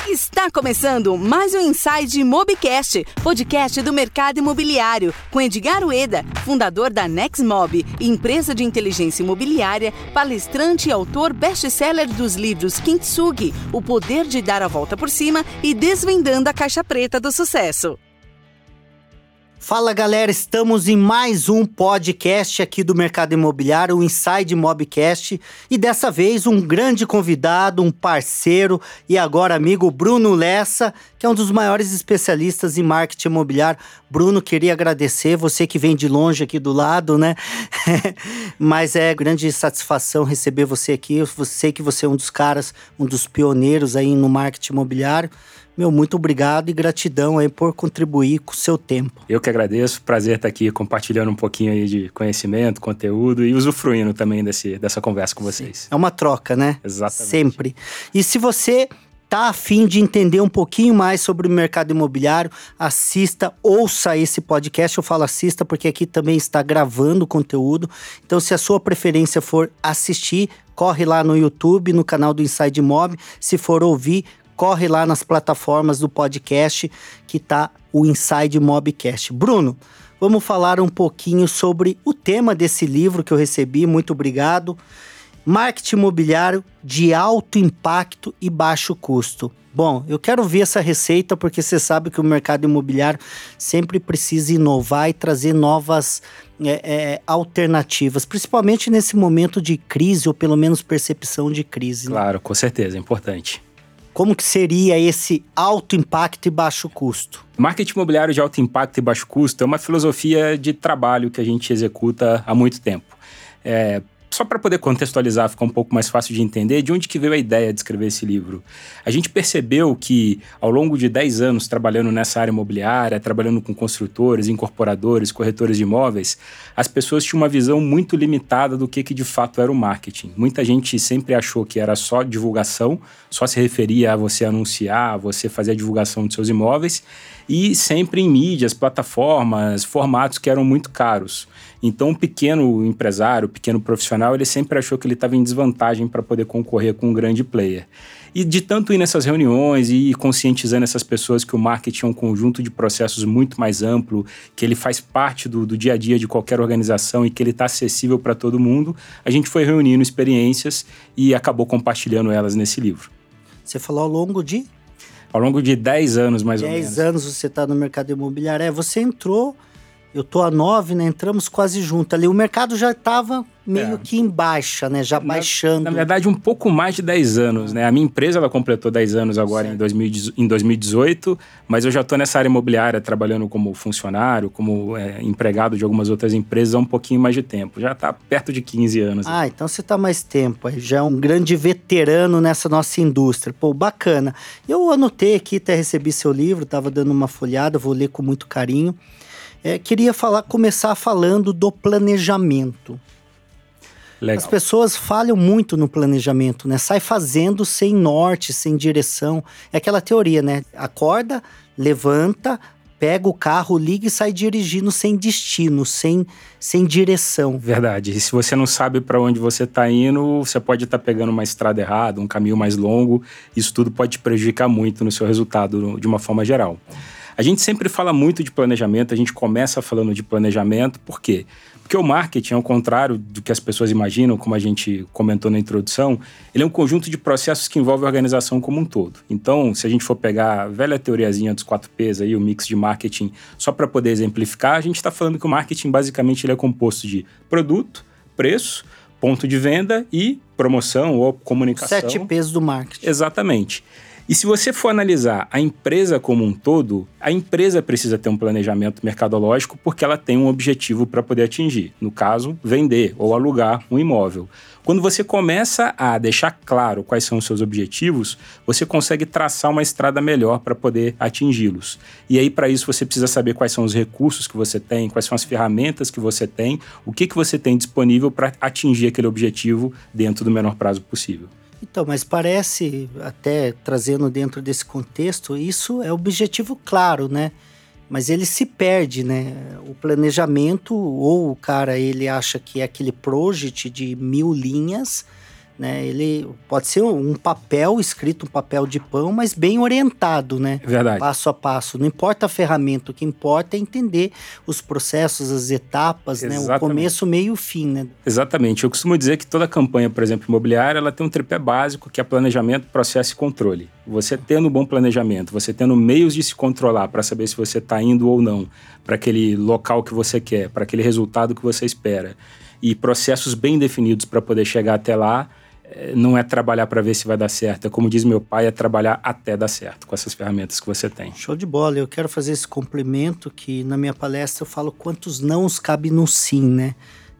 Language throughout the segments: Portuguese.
Está começando mais um Inside Mobcast, podcast do mercado imobiliário, com Edgar Ueda, fundador da Nexmob, empresa de inteligência imobiliária, palestrante e autor best-seller dos livros Kintsugi, O Poder de Dar a Volta por Cima e Desvendando a Caixa Preta do Sucesso. Fala galera, estamos em mais um podcast aqui do mercado imobiliário, o Inside Mobcast, e dessa vez um grande convidado, um parceiro e agora amigo, Bruno Lessa, que é um dos maiores especialistas em marketing imobiliário. Bruno, queria agradecer, você que vem de longe aqui do lado, né? Mas é grande satisfação receber você aqui. Eu sei que você é um dos caras, um dos pioneiros aí no marketing imobiliário. Muito obrigado e gratidão aí por contribuir com o seu tempo. Eu que agradeço, prazer estar aqui compartilhando um pouquinho aí de conhecimento, conteúdo e usufruindo também dessa conversa com vocês. É uma troca, né? Exatamente. Sempre. E se você tá a fim de entender um pouquinho mais sobre o mercado imobiliário, assista, ouça esse podcast. Eu falo assista porque aqui também está gravando conteúdo. Então, se a sua preferência for assistir, corre lá no YouTube, no canal do Inside Mob. Se for ouvir, corre lá nas plataformas do podcast que tá o Inside Mobcast. Bruno, vamos falar um pouquinho sobre o tema desse livro que eu recebi, muito obrigado. Marketing imobiliário de alto impacto e baixo custo. Bom, eu quero ver essa receita porque você sabe que o mercado imobiliário sempre precisa inovar e trazer novas alternativas, principalmente nesse momento de crise ou pelo menos percepção de crise. Claro, com certeza, é importante. Como que seria esse alto impacto e baixo custo? Marketing imobiliário de alto impacto e baixo custo é uma filosofia de trabalho que a gente executa há muito tempo. Só para poder contextualizar, ficar um pouco mais fácil de entender, de onde que veio a ideia de escrever esse livro? A gente percebeu que, ao longo de 10 anos trabalhando nessa área imobiliária, trabalhando com construtores, incorporadores, corretores de imóveis, as pessoas tinham uma visão muito limitada do que de fato era o marketing. Muita gente sempre achou que era só divulgação, só se referia a você anunciar, a você fazer a divulgação de seus imóveis, e sempre em mídias, plataformas, formatos que eram muito caros. Então, o pequeno empresário, o pequeno profissional, ele sempre achou que ele estava em desvantagem para poder concorrer com um grande player. E de tanto ir nessas reuniões e ir conscientizando essas pessoas que o marketing é um conjunto de processos muito mais amplo, que ele faz parte do dia a dia de qualquer organização e que ele está acessível para todo mundo, a gente foi reunindo experiências e acabou compartilhando elas nesse livro. Você falou ao longo de? Ao longo de 10 anos, mais ou menos. 10 anos você está no mercado imobiliário. Você entrou... Eu tô há 9, né? Entramos quase junto ali. O mercado já estava meio que em baixa, né? Já baixando. Na verdade, um pouco mais de 10 anos, né? A minha empresa, ela completou 10 anos agora em 2018, mas eu já tô nessa área imobiliária trabalhando como funcionário, como empregado de algumas outras empresas há um pouquinho mais de tempo. Já tá perto de 15 anos. Ah, então você tá mais tempo. Já é um grande veterano nessa nossa indústria. Pô, bacana. Eu anotei aqui, até recebi seu livro, tava dando uma folhada, vou ler com muito carinho. Queria começar falando do planejamento. Legal. As pessoas falham muito no planejamento, né? Sai fazendo sem norte, sem direção. É aquela teoria, né? Acorda, levanta, pega o carro, liga e sai dirigindo sem destino, sem direção. Verdade. E se você não sabe para onde você está indo, você pode estar pegando uma estrada errada, um caminho mais longo. Isso tudo pode te prejudicar muito no seu resultado, de uma forma geral. A gente sempre fala muito de planejamento, a gente começa falando de planejamento, por quê? Porque o marketing, ao contrário do que as pessoas imaginam, como a gente comentou na introdução, ele é um conjunto de processos que envolve a organização como um todo. Então, se a gente for pegar a velha teoriazinha dos 4Ps, aí, o mix de marketing, só para poder exemplificar, a gente está falando que o marketing, basicamente, ele é composto de produto, preço, ponto de venda e promoção ou comunicação. 7 Ps do marketing. Exatamente. E se você for analisar a empresa como um todo, a empresa precisa ter um planejamento mercadológico porque ela tem um objetivo para poder atingir. No caso, vender ou alugar um imóvel. Quando você começa a deixar claro quais são os seus objetivos, você consegue traçar uma estrada melhor para poder atingi-los. E aí, para isso, você precisa saber quais são os recursos que você tem, quais são as ferramentas que você tem, o que você tem disponível para atingir aquele objetivo dentro do menor prazo possível. Então, mas parece, até trazendo dentro desse contexto, isso é objetivo claro, né? Mas ele se perde, né? O planejamento, ou o cara, ele acha que é aquele project de 1000 linhas, né? Ele pode ser um papel escrito, um papel de pão, mas bem orientado, né? Verdade. Passo a passo. Não importa a ferramenta, o que importa é entender os processos, as etapas, né? O começo, meio e o fim, né? Exatamente. Eu costumo dizer que toda campanha, por exemplo, imobiliária, ela tem um tripé básico, que é planejamento, processo e controle. Você tendo um bom planejamento, você tendo meios de se controlar para saber se você está indo ou não para aquele local que você quer, para aquele resultado que você espera, e processos bem definidos para poder chegar até lá, não é trabalhar para ver se vai dar certo. É como diz meu pai, é trabalhar até dar certo com essas ferramentas que você tem. Show de bola. Eu quero fazer esse complemento que na minha palestra eu falo quantos nãos cabe no sim, né?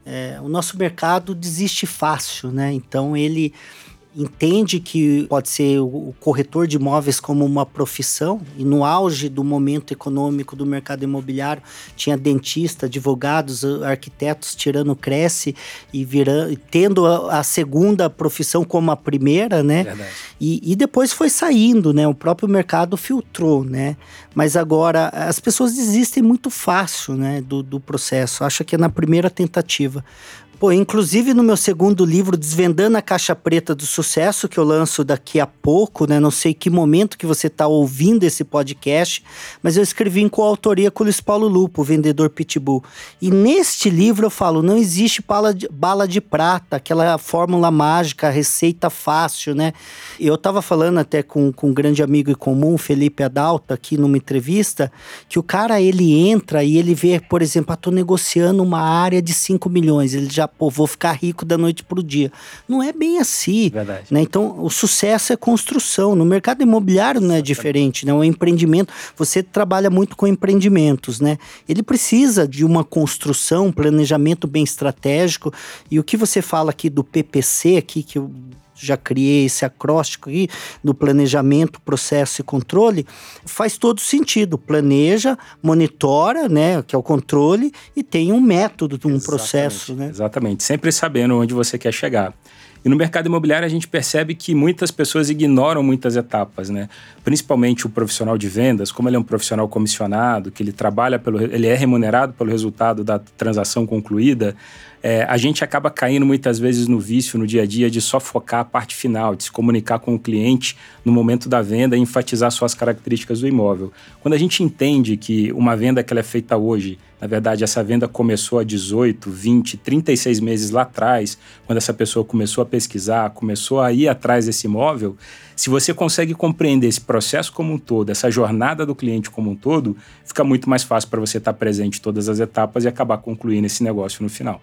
O nosso mercado desiste fácil, né? Então ele entende que pode ser o corretor de imóveis como uma profissão, e no auge do momento econômico do mercado imobiliário tinha dentista, advogados, arquitetos tirando Cresce e tendo a segunda profissão como a primeira, né? Verdade. E depois foi saindo, né? O próprio mercado filtrou, né? Mas agora as pessoas desistem muito fácil, né? Do processo, acha que é na primeira tentativa. Pô, inclusive no meu segundo livro, Desvendando a Caixa Preta do Sucesso, que eu lanço daqui a pouco, né? Não sei que momento que você está ouvindo esse podcast, mas eu escrevi em coautoria com o Luiz Paulo Lupo, o vendedor Pitbull. E neste livro eu falo, não existe bala de prata, aquela fórmula mágica, receita fácil, né? Eu estava falando até com um grande amigo em comum, Felipe Adalto, aqui numa entrevista, que o cara, ele entra e ele vê, por exemplo, tô negociando uma área de 5 milhões, ele já vou ficar rico da noite pro dia. Não é bem assim. Verdade. Né? Então, o sucesso é construção. No mercado imobiliário não é diferente, né? O empreendimento, você trabalha muito com empreendimentos, né? Ele precisa de uma construção, um planejamento bem estratégico. E o que você fala aqui do PPC, aqui, que eu já criei esse acróstico aqui, do planejamento, processo e controle, faz todo sentido. Planeja, monitora, né, que é o controle, e tem um método, um processo, né? Exatamente, sempre sabendo onde você quer chegar. E no mercado imobiliário a gente percebe que muitas pessoas ignoram muitas etapas, né? Principalmente o profissional de vendas, como ele é um profissional comissionado, que ele trabalha ele é remunerado pelo resultado da transação concluída, a gente acaba caindo muitas vezes no vício no dia a dia de só focar a parte final, de se comunicar com o cliente no momento da venda e enfatizar só as características do imóvel. Quando a gente entende que uma venda que ela é feita hoje, na verdade essa venda começou há 18, 20, 36 meses lá atrás, quando essa pessoa começou a pesquisar, começou a ir atrás desse imóvel, se você consegue compreender esse processo como um todo, essa jornada do cliente como um todo, fica muito mais fácil para você estar presente em todas as etapas e acabar concluindo esse negócio no final.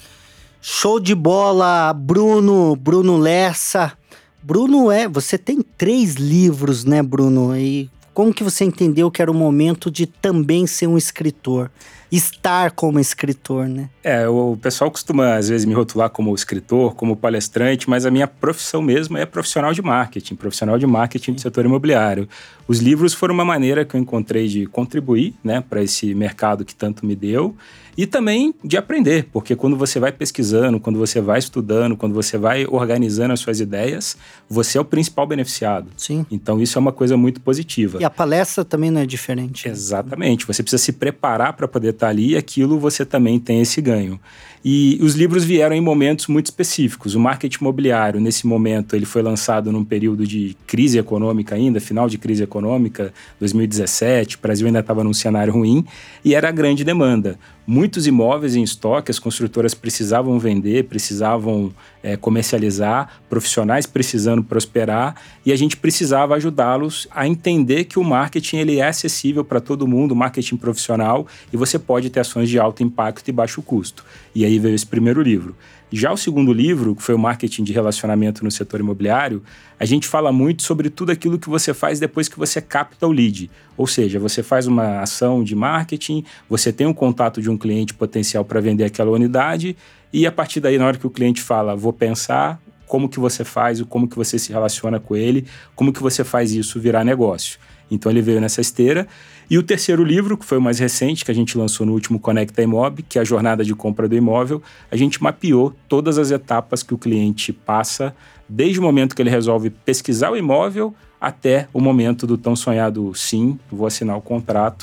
Show de bola, Bruno Lessa. Bruno, você tem 3 livros, né, Bruno? E como que você entendeu que era o momento de também ser um escritor? Estar como escritor, né? O pessoal costuma, às vezes, me rotular como escritor, como palestrante, mas a minha profissão mesmo é profissional de marketing do setor imobiliário. Os livros foram uma maneira que eu encontrei de contribuir, né, para esse mercado que tanto me deu, e também de aprender, porque quando você vai pesquisando, quando você vai estudando, quando você vai organizando as suas ideias, você é o principal beneficiado. Sim. Então isso é uma coisa muito positiva. E a palestra também não é diferente. Exatamente. Você precisa se preparar para poder estar ali e aquilo você também tem esse ganho. E os livros vieram em momentos muito específicos. O marketing imobiliário, nesse momento, ele foi lançado num período de crise econômica ainda, final de crise econômica, 2017, o Brasil ainda estava num cenário ruim e era grande demanda. Muitos imóveis em estoque, as construtoras precisavam vender, precisavam comercializar, profissionais precisando prosperar, e a gente precisava ajudá-los a entender que o marketing ele é acessível para todo mundo, o marketing profissional, e você pode ter ações de alto impacto e baixo custo. E aí veio esse primeiro livro. Já o segundo livro, que foi o Marketing de Relacionamento no Setor Imobiliário, a gente fala muito sobre tudo aquilo que você faz depois que você capta o lead. Ou seja, você faz uma ação de marketing, você tem um contato de um cliente potencial para vender aquela unidade e a partir daí, na hora que o cliente fala, vou pensar, como que você faz, como que você se relaciona com ele, como que você faz isso virar negócio. Então ele veio nessa esteira. E o terceiro livro, que foi o mais recente, que a gente lançou no último Conecta Imob, que é a jornada de compra do imóvel, a gente mapeou todas as etapas que o cliente passa, desde o momento que ele resolve pesquisar o imóvel até o momento do tão sonhado sim, vou assinar o contrato.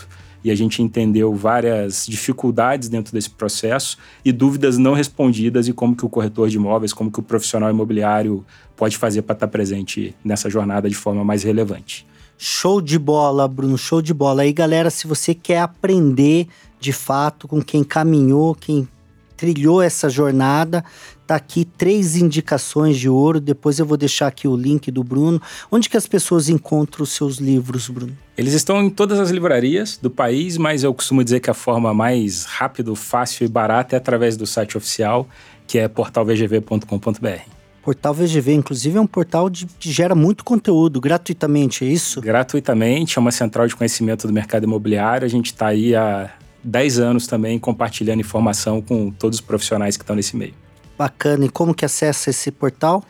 e a gente entendeu várias dificuldades dentro desse processo e dúvidas não respondidas e como que o corretor de imóveis, como que o profissional imobiliário pode fazer para estar presente nessa jornada de forma mais relevante. Show de bola, Bruno, show de bola. Aí, galera, se você quer aprender de fato com quem caminhou, quem trilhou essa jornada, tá aqui 3 indicações de ouro. Depois eu vou deixar aqui o link do Bruno. Onde que as pessoas encontram os seus livros, Bruno? Eles estão em todas as livrarias do país, mas eu costumo dizer que a forma mais rápida, fácil e barata é através do site oficial, que é portalvgv.com.br. Portal VGV, inclusive, é um portal que gera muito conteúdo, gratuitamente, é isso? Gratuitamente, é uma central de conhecimento do mercado imobiliário. A gente está aí há 10 anos também compartilhando informação com todos os profissionais que estão nesse meio. Bacana. E como que acessa esse portal?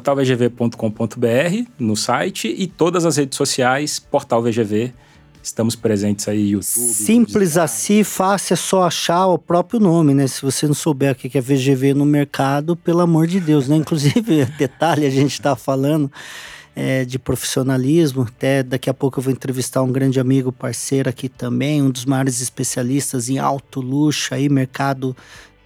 portalvgv.com.br no site e todas as redes sociais, Portal VGV. Estamos presentes aí, YouTube. Simples assim, fácil, é só achar o próprio nome, né? Se você não souber o que é VGV no mercado, pelo amor de Deus, né? Inclusive, detalhe, a gente está falando de profissionalismo. Até daqui a pouco eu vou entrevistar um grande amigo, parceiro aqui também, um dos maiores especialistas em alto luxo, aí, mercado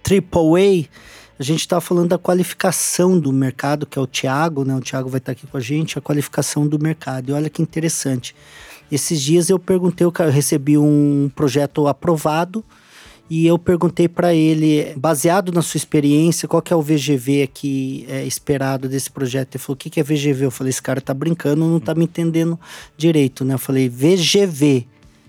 AAA. A gente está falando da qualificação do mercado, que é o Thiago, né? O Thiago vai estar aqui com a gente, a qualificação do mercado. E olha que interessante. Esses dias eu perguntei, eu recebi um projeto aprovado e eu perguntei para ele, baseado na sua experiência, qual que é o VGV aqui esperado desse projeto. Ele falou, o que é VGV? Eu falei, esse cara tá brincando, não tá me entendendo direito, né? Eu falei, VGV.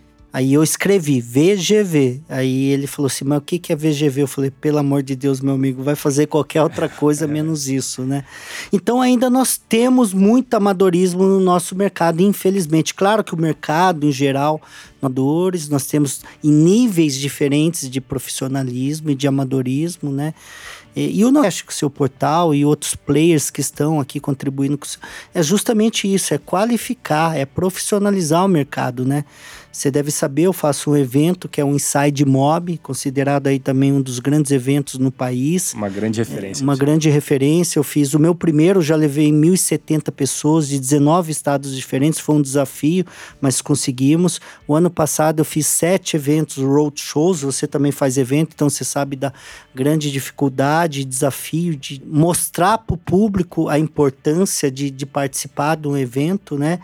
Aí eu escrevi, VGV. Aí ele falou assim, mas o que é VGV? Eu falei, pelo amor de Deus, meu amigo, vai fazer qualquer outra coisa menos isso, né? Então ainda nós temos muito amadorismo no nosso mercado, infelizmente. Claro que o mercado, em geral, amadores, nós temos em níveis diferentes de profissionalismo e de amadorismo, né? E eu acho que o seu portal e outros players que estão aqui contribuindo é justamente isso, é qualificar, é profissionalizar o mercado, né? Você deve saber, eu faço um evento que é o Inside Mob, considerado aí também um dos grandes eventos no país. Uma grande referência. Uma grande referência. Eu fiz o meu primeiro, já levei 1.070 pessoas de 19 estados diferentes, foi um desafio, mas conseguimos. O ano passado eu fiz 7 eventos, roadshows, você também faz evento, então você sabe da grande dificuldade, desafio de mostrar para o público a importância de participar de um evento, né?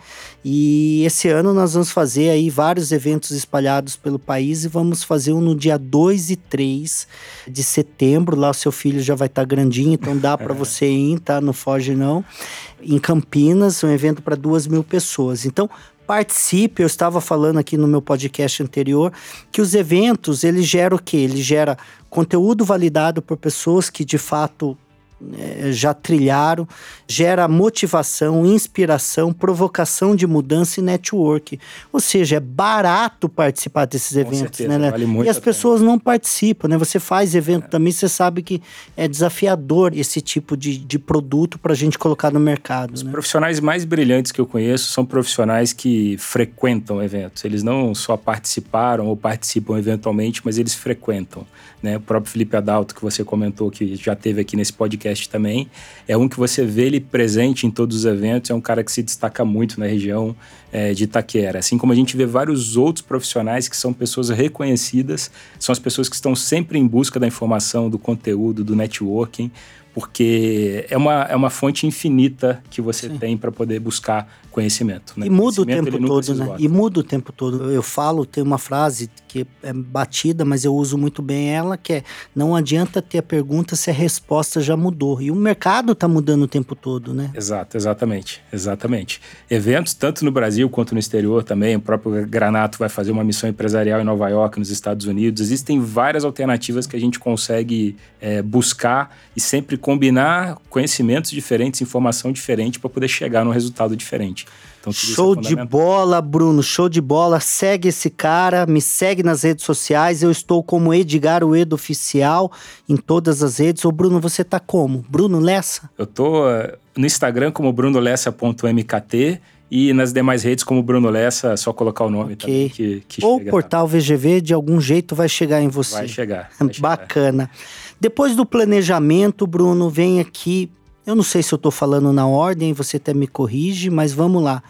E esse ano nós vamos fazer aí vários eventos espalhados pelo país e vamos fazer um no dia 2 e 3 de setembro. Lá o seu filho já vai estar grandinho, então dá para você ir, tá? Não foge não. Em Campinas, um evento para 2.000 pessoas. Então, participe. Eu estava falando aqui no meu podcast anterior que os eventos, eles geram o quê? Ele gera conteúdo validado por pessoas que de fato já trilharam, gera motivação, inspiração, provocação de mudança e network. Ou seja, é barato participar desses eventos, certeza, né? Vale muito e as pessoas não participam, né? Você faz evento também, você sabe que é desafiador esse tipo de produto para a gente colocar no mercado. Os profissionais mais brilhantes que eu conheço são profissionais que frequentam eventos. Eles não só participaram ou participam eventualmente, mas eles frequentam, né? O próprio Felipe Adalto, que você comentou, que já teve aqui nesse podcast também, é um que você vê ele presente em todos os eventos, é um cara que se destaca muito na região de Itaquera. Assim como a gente vê vários outros profissionais que são pessoas reconhecidas, são as pessoas que estão sempre em busca da informação, do conteúdo, do networking, porque é uma fonte infinita que você tem para poder buscar conhecimento. Né? E muda o tempo todo, né? E muda o tempo todo. Eu falo, tem uma frase que é batida, mas eu uso muito bem ela, que é: não adianta ter a pergunta se a resposta já mudou. E o mercado está mudando o tempo todo, né? Exatamente. Eventos, tanto no Brasil quanto no exterior também. O próprio Granato vai fazer uma missão empresarial em Nova York, nos Estados Unidos. Existem várias alternativas que a gente consegue buscar e sempre combinar conhecimentos diferentes, informação diferente para poder chegar num resultado diferente. Então, show de bola, Bruno, show de bola. Segue esse cara, me segue nas redes sociais. Eu estou como Edgar Ueda Oficial em todas as redes. Ô Bruno, você tá como? Bruno Lessa? Eu tô no Instagram como brunolessa.mkt e nas demais redes como Bruno Lessa, só colocar o nome também que ou chega. O portal VGV de algum jeito vai chegar em você. Vai chegar. Bacana. Depois do planejamento, Bruno, vem aqui. Eu não sei se eu estou falando na ordem, você até me corrige, mas vamos lá.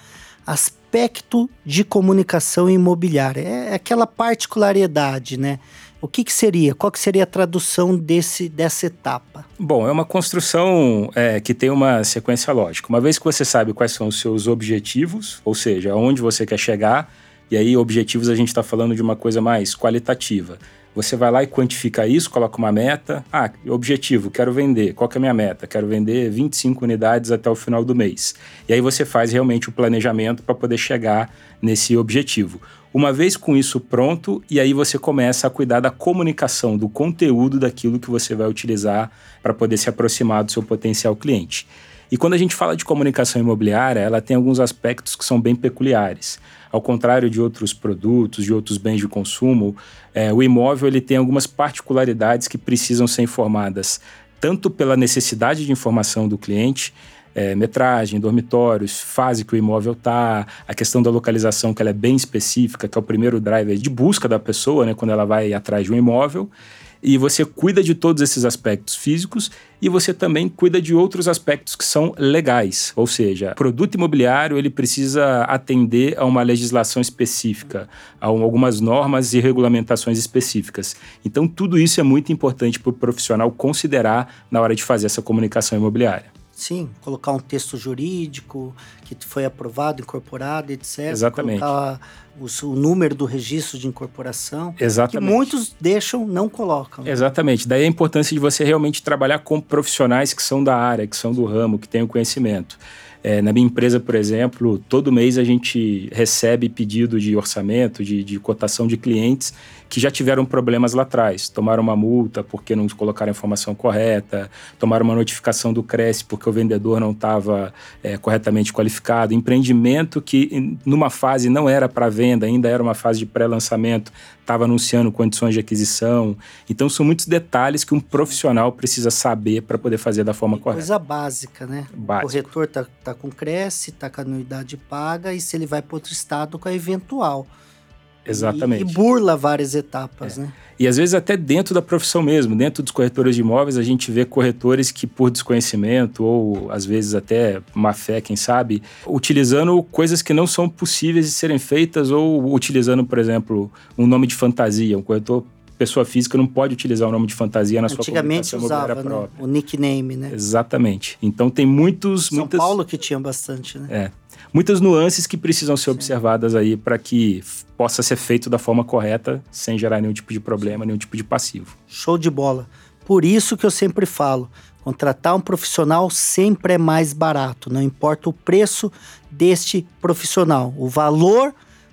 aspecto de comunicação imobiliária. É aquela particularidade, né? O que seria? Qual que seria a tradução dessa etapa? Bom, é uma construção que tem uma sequência lógica. Uma vez que você sabe quais são os seus objetivos, ou seja, aonde você quer chegar, e aí objetivos a gente está falando de uma coisa mais qualitativa. Você vai lá e quantifica isso, coloca uma meta. Objetivo, quero vender. Qual que é a minha meta? Quero vender 25 unidades até o final do mês. E aí você faz realmente o planejamento para poder chegar nesse objetivo. Uma vez com isso pronto, e aí você começa a cuidar da comunicação, do conteúdo daquilo que você vai utilizar para poder se aproximar do seu potencial cliente. E quando a gente fala de comunicação imobiliária, ela tem alguns aspectos que são bem peculiares. Ao contrário de outros produtos, de outros bens de consumo, o imóvel ele tem algumas particularidades que precisam ser informadas tanto pela necessidade de informação do cliente, metragem, dormitórios, fase que o imóvel está, a questão da localização, que ela é bem específica, que é o primeiro driver de busca da pessoa, né, quando ela vai atrás de um imóvel. E você cuida de todos esses aspectos físicos e você também cuida de outros aspectos que são legais. Ou seja, o produto imobiliário ele precisa atender a uma legislação específica, a algumas normas e regulamentações específicas. Então, tudo isso é muito importante para o profissional considerar na hora de fazer essa comunicação imobiliária. Sim, colocar um texto jurídico que foi aprovado, incorporado, etc. Exatamente. Colocar o número do registro de incorporação. Exatamente. Que muitos não colocam. Exatamente. Daí a importância de você realmente trabalhar com profissionais que são da área, que são do ramo, que têm o conhecimento. Na minha empresa, por exemplo, todo mês a gente recebe pedido de orçamento, de cotação de clientes que já tiveram problemas lá atrás. Tomaram uma multa porque não colocaram a informação correta, tomaram uma notificação do CRES porque o vendedor não estava corretamente qualificado. Empreendimento que numa fase não era para venda, ainda era uma fase de pré-lançamento, estava anunciando condições de aquisição. Então, são muitos detalhes que um profissional precisa saber para poder fazer da forma correta. Coisa básica, né? Básico. O corretor está com CRES, está com a anuidade paga, e se ele vai para outro estado, com a eventual. Exatamente. E burla várias etapas, né? E às vezes até dentro da profissão mesmo, dentro dos corretores de imóveis, a gente vê corretores que por desconhecimento ou às vezes até má fé, quem sabe, utilizando coisas que não são possíveis de serem feitas ou utilizando, por exemplo, um nome de fantasia. Um corretor, pessoa física, não pode utilizar o nome de fantasia na sua comunicação imobiliária própria. Né? O nickname, né? Exatamente. Então tem muitas... Paulo que tinha bastante, né? Muitas nuances que precisam ser observadas aí para que possa ser feito da forma correta, sem gerar nenhum tipo de problema, nenhum tipo de passivo. Show de bola. Por isso que eu sempre falo, contratar um profissional sempre é mais barato, não importa o preço deste profissional. O valor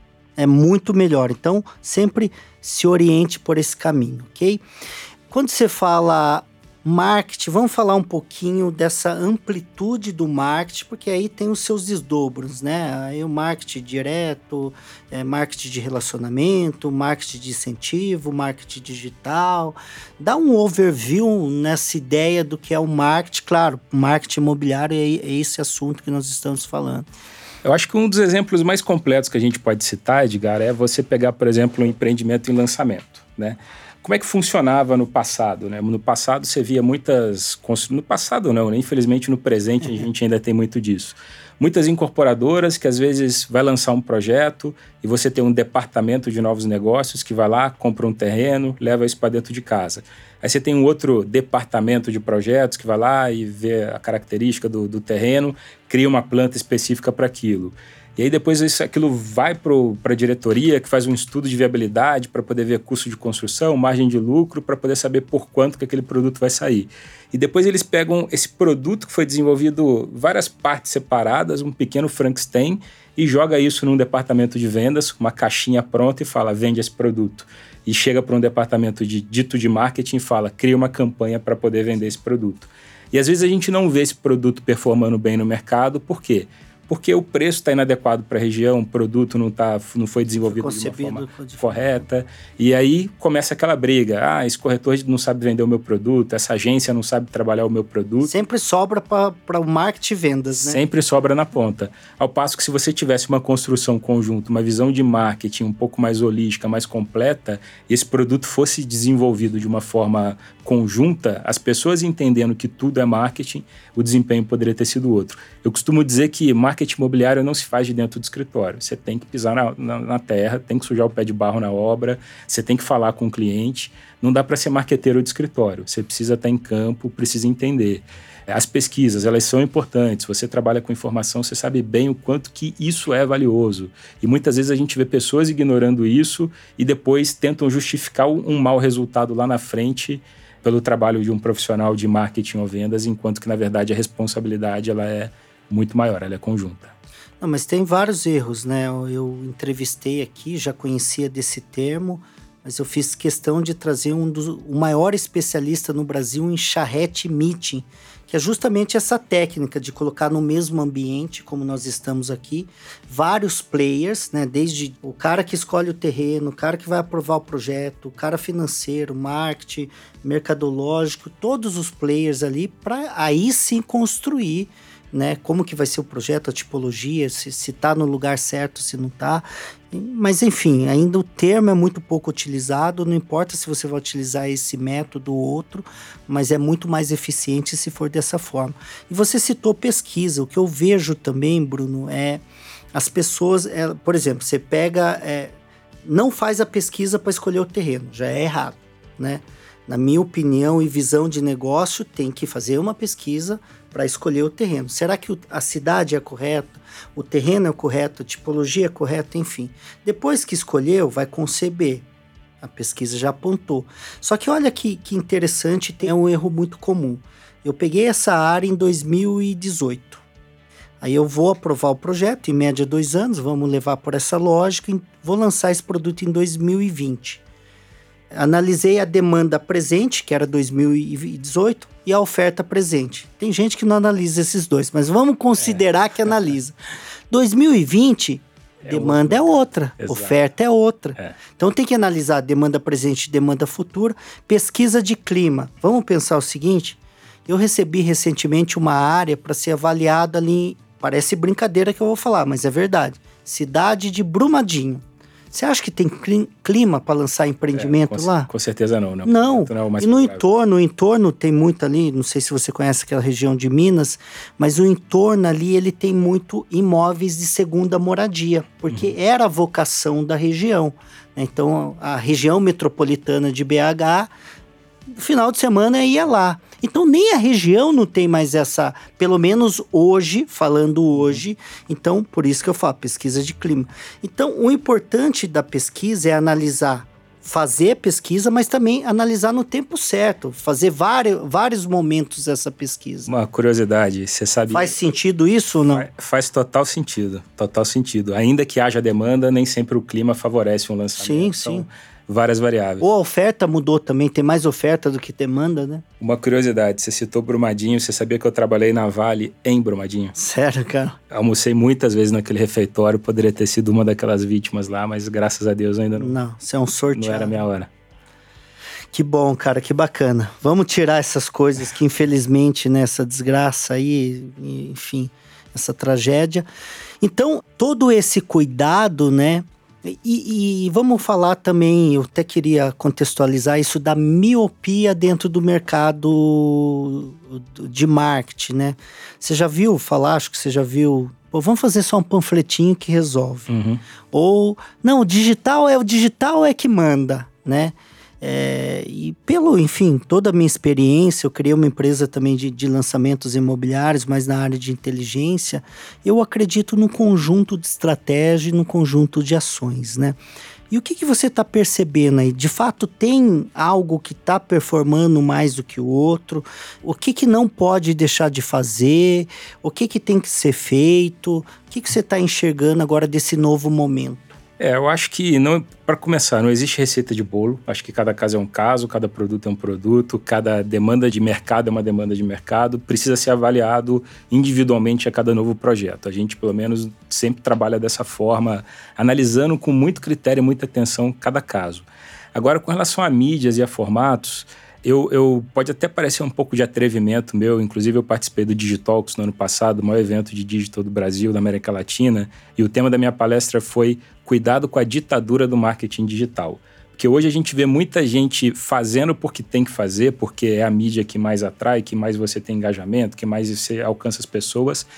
é muito melhor, então sempre se oriente por esse caminho, ok? Quando você fala marketing, vamos falar um pouquinho dessa amplitude do marketing, porque aí tem os seus desdobros, né? Aí o marketing direto, marketing de relacionamento, marketing de incentivo, marketing digital. Dá um overview nessa ideia do que é o marketing. Claro, marketing imobiliário é esse assunto que nós estamos falando. Eu acho que um dos exemplos mais completos que a gente pode citar, Edgar, é você pegar, por exemplo, um empreendimento em lançamento, né? Como é que funcionava no passado, né? No passado você via muitas... No passado não, né? Infelizmente no presente a gente ainda tem muito disso. Muitas incorporadoras que às vezes vai lançar um projeto e você tem um departamento de novos negócios que vai lá, compra um terreno, leva isso para dentro de casa. Aí você tem um outro departamento de projetos que vai lá e vê a característica do terreno, cria uma planta específica para aquilo. E aí depois aquilo vai para a diretoria, que faz um estudo de viabilidade para poder ver custo de construção, margem de lucro, para poder saber por quanto que aquele produto vai sair. E depois eles pegam esse produto que foi desenvolvido várias partes separadas, um pequeno Frankenstein, e joga isso num departamento de vendas, uma caixinha pronta e fala, vende esse produto. E chega para um departamento de marketing e fala, cria uma campanha para poder vender esse produto. E às vezes a gente não vê esse produto performando bem no mercado, por quê? Porque o preço está inadequado para a região, o produto não foi desenvolvido de uma forma correta. E aí começa aquela briga. Esse corretor não sabe vender o meu produto, essa agência não sabe trabalhar o meu produto. Sempre sobra para o marketing e vendas, né? Sempre sobra na ponta. Ao passo que se você tivesse uma construção conjunta, uma visão de marketing um pouco mais holística, mais completa, e esse produto fosse desenvolvido de uma forma conjunta, as pessoas entendendo que tudo é marketing, o desempenho poderia ter sido outro. Eu costumo dizer que marketing marketing imobiliário não se faz de dentro do escritório. Você tem que pisar na terra, tem que sujar o pé de barro na obra, você tem que falar com o cliente. Não dá para ser marqueteiro de escritório. Você precisa estar em campo, precisa entender. As pesquisas, elas são importantes. Você trabalha com informação, você sabe bem o quanto que isso é valioso. E muitas vezes a gente vê pessoas ignorando isso e depois tentam justificar um mau resultado lá na frente pelo trabalho de um profissional de marketing ou vendas, enquanto que, na verdade, a responsabilidade ela é muito maior, ela é conjunta. Não, mas tem vários erros, né? Eu entrevistei aqui, já conhecia desse termo, mas eu fiz questão de trazer o maior especialista no Brasil em charrete meeting, que é justamente essa técnica de colocar no mesmo ambiente, como nós estamos aqui, vários players, né? Desde o cara que escolhe o terreno, o cara que vai aprovar o projeto, o cara financeiro, marketing, mercadológico, todos os players ali, para aí sim construir, né? Como que vai ser o projeto, a tipologia, se tá no lugar certo, se não tá. Mas, enfim, ainda o termo é muito pouco utilizado, não importa se você vai utilizar esse método ou outro, mas é muito mais eficiente se for dessa forma. E você citou pesquisa, o que eu vejo também, Bruno, é as pessoas, por exemplo, você pega, não faz a pesquisa para escolher o terreno, já é errado, né? Na minha opinião e visão de negócio, tem que fazer uma pesquisa para escolher o terreno. Será que a cidade é correta? O terreno é correto? A tipologia é correta? Enfim. Depois que escolheu, vai conceber. A pesquisa já apontou. Só que olha que interessante, tem um erro muito comum. Eu peguei essa área em 2018. Aí eu vou aprovar o projeto, em média 2 anos, vamos levar por essa lógica, e vou lançar esse produto em 2020. Analisei a demanda presente, que era 2018, e a oferta presente. Tem gente que não analisa esses dois, mas vamos considerar que analisa. 2020, demanda é outra, oferta é outra. Então tem que analisar a demanda presente e demanda futura. Pesquisa de clima. Vamos pensar o seguinte, eu recebi recentemente uma área para ser avaliada ali, parece brincadeira que eu vou falar, mas é verdade. Cidade de Brumadinho. Você acha que tem clima para lançar empreendimento lá? Com certeza não. Não. E no entorno tem muito ali, não sei se você conhece aquela região de Minas, mas o entorno ali ele tem muito imóveis de segunda moradia, porque era a vocação da região. Então a região metropolitana de BH, no final de semana ia lá. Então nem a região não tem mais essa, pelo menos hoje, falando hoje, então por isso que eu falo, pesquisa de clima. Então o importante da pesquisa é analisar, fazer pesquisa, mas também analisar no tempo certo, fazer vários momentos dessa pesquisa. Uma curiosidade, você sabe... Faz sentido isso ou não? Faz total sentido. Ainda que haja demanda, nem sempre o clima favorece um lançamento. Sim. Várias variáveis. Ou a oferta mudou também, tem mais oferta do que demanda, né? Uma curiosidade, você citou Brumadinho, você sabia que eu trabalhei na Vale em Brumadinho? Sério, cara? Almocei muitas vezes naquele refeitório, poderia ter sido uma daquelas vítimas lá, mas graças a Deus ainda não. Não, você é um sorteado. Não era a minha hora. Que bom, cara, que bacana. Vamos tirar essas coisas que infelizmente, né, essa desgraça aí, enfim, essa tragédia. Então, todo esse cuidado, né? E vamos falar também, eu até queria contextualizar isso da miopia dentro do mercado de marketing, né? Você já viu falar, acho que você já viu, pô, vamos fazer só um panfletinho que resolve. Ou, não, o digital é que manda, né? E enfim, toda a minha experiência, eu criei uma empresa também de lançamentos imobiliários, mas na área de inteligência, eu acredito no conjunto de estratégia e no conjunto de ações, né? E o que você está percebendo aí? De fato, tem algo que está performando mais do que o outro? O que não pode deixar de fazer? O que tem que ser feito? O que você está enxergando agora desse novo momento? Eu acho que, para começar, não existe receita de bolo. Acho que cada caso é um caso, cada produto é um produto, cada demanda de mercado é uma demanda de mercado. Precisa ser avaliado individualmente a cada novo projeto. A gente, pelo menos, sempre trabalha dessa forma, analisando com muito critério e muita atenção cada caso. Agora, com relação a mídias e a formatos, pode até parecer um pouco de atrevimento meu, inclusive eu participei do Digitalks no ano passado, o maior evento de digital do Brasil, da América Latina, e o tema da minha palestra foi Cuidado com a ditadura do marketing digital. Porque hoje a gente vê muita gente fazendo porque tem que fazer, porque é a mídia que mais atrai, que mais você tem engajamento, que mais você alcança as pessoas,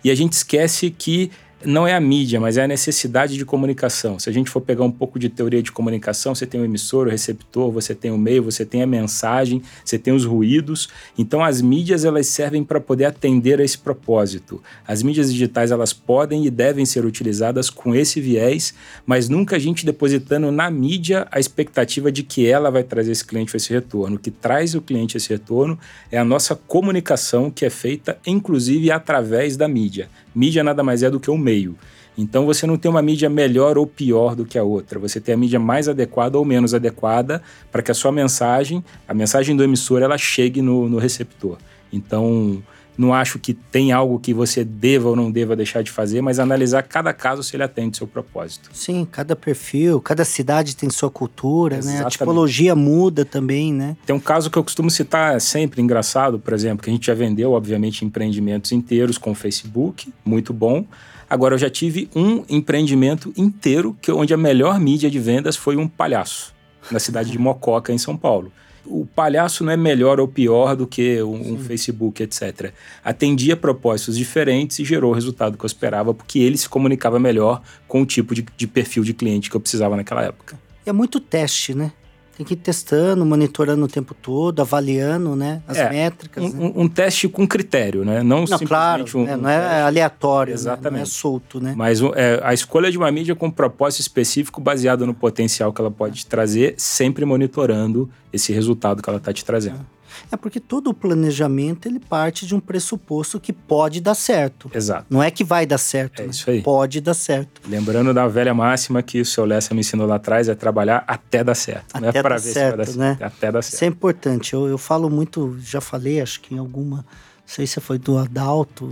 E a gente esquece que não é a mídia, mas é a necessidade de comunicação. Se a gente for pegar um pouco de teoria de comunicação, você tem o emissor, o receptor, você tem o meio, você tem a mensagem, você tem os ruídos. Então, as mídias, elas servem para poder atender a esse propósito. As mídias digitais, elas podem e devem ser utilizadas com esse viés, mas nunca a gente depositando na mídia a expectativa de que ela vai trazer esse cliente esse retorno. O que traz o cliente esse retorno é a nossa comunicação, que é feita, inclusive, através da mídia. Mídia nada mais é do que um meio. Então, você não tem uma mídia melhor ou pior do que a outra. Você tem a mídia mais adequada ou menos adequada para que a sua mensagem, a mensagem do emissor, ela chegue no receptor. Então, não acho que tem algo que você deva ou não deva deixar de fazer, mas analisar cada caso se ele atende ao seu propósito. Sim, cada perfil, cada cidade tem sua cultura, Exatamente. né? A tipologia muda também, né? Tem um caso que eu costumo citar sempre, engraçado, por exemplo, que a gente já vendeu, obviamente, empreendimentos inteiros com o Facebook, muito bom. Agora, eu já tive um empreendimento inteiro onde a melhor mídia de vendas foi um palhaço, na cidade de Mococa, em São Paulo. O palhaço não é melhor ou pior do que um Facebook, etc. Atendia propósitos diferentes e gerou o resultado que eu esperava, porque ele se comunicava melhor com o tipo de perfil de cliente que eu precisava naquela época. É muito teste, né? Tem que ir testando, monitorando o tempo todo, avaliando, né, as métricas. Um teste com critério, né? Não simplesmente claro, não é aleatório, exatamente. Né? Não é solto, né? Mas a escolha de uma mídia com um propósito específico baseado no potencial que ela pode trazer, sempre monitorando esse resultado que ela está te trazendo. É porque todo o planejamento, ele parte de um pressuposto que pode dar certo. Exato. Não é que vai dar certo, É isso aí. Pode dar certo. Lembrando da velha máxima que o seu Lessa me ensinou lá atrás, é trabalhar até dar certo. Até não é para ver certo, se vai dar certo, até dar certo. Isso é importante. Eu falo muito, já falei, acho que em alguma, não sei se foi do Adalto,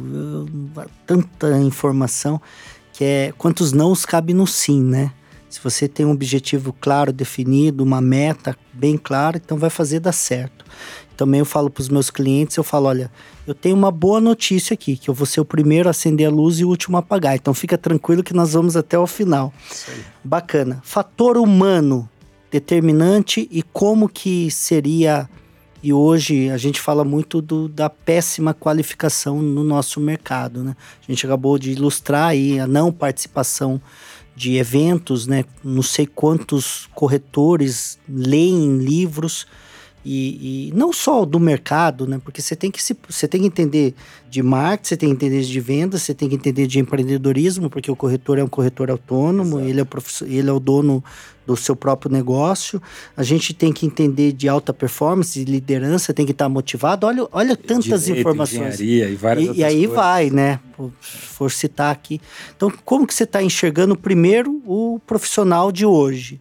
tanta informação, que é quantos nãos cabe no sim, né? Se você tem um objetivo claro, definido, uma meta bem clara, então vai fazer dar certo. Também eu falo para os meus clientes, eu falo, olha, eu tenho uma boa notícia aqui, que eu vou ser o primeiro a acender a luz e o último a apagar. Então fica tranquilo que nós vamos até o final. Isso aí. Bacana. Fator humano determinante e como que seria... E hoje a gente fala muito da péssima qualificação no nosso mercado, né? A gente acabou de ilustrar aí a não participação de eventos, né? Não sei quantos corretores leem livros e não só do mercado, né? Porque você tem que entender de marketing, você tem que entender de vendas, você tem que entender de empreendedorismo, porque o corretor é um corretor autônomo, ele é o dono do seu próprio negócio. A gente tem que entender de alta performance, de liderança, tem que estar motivado. Olha tantas informações. Engenharia e várias outras aí coisas. vai, né? For citar aqui. Então, como que você está enxergando primeiro o profissional de hoje?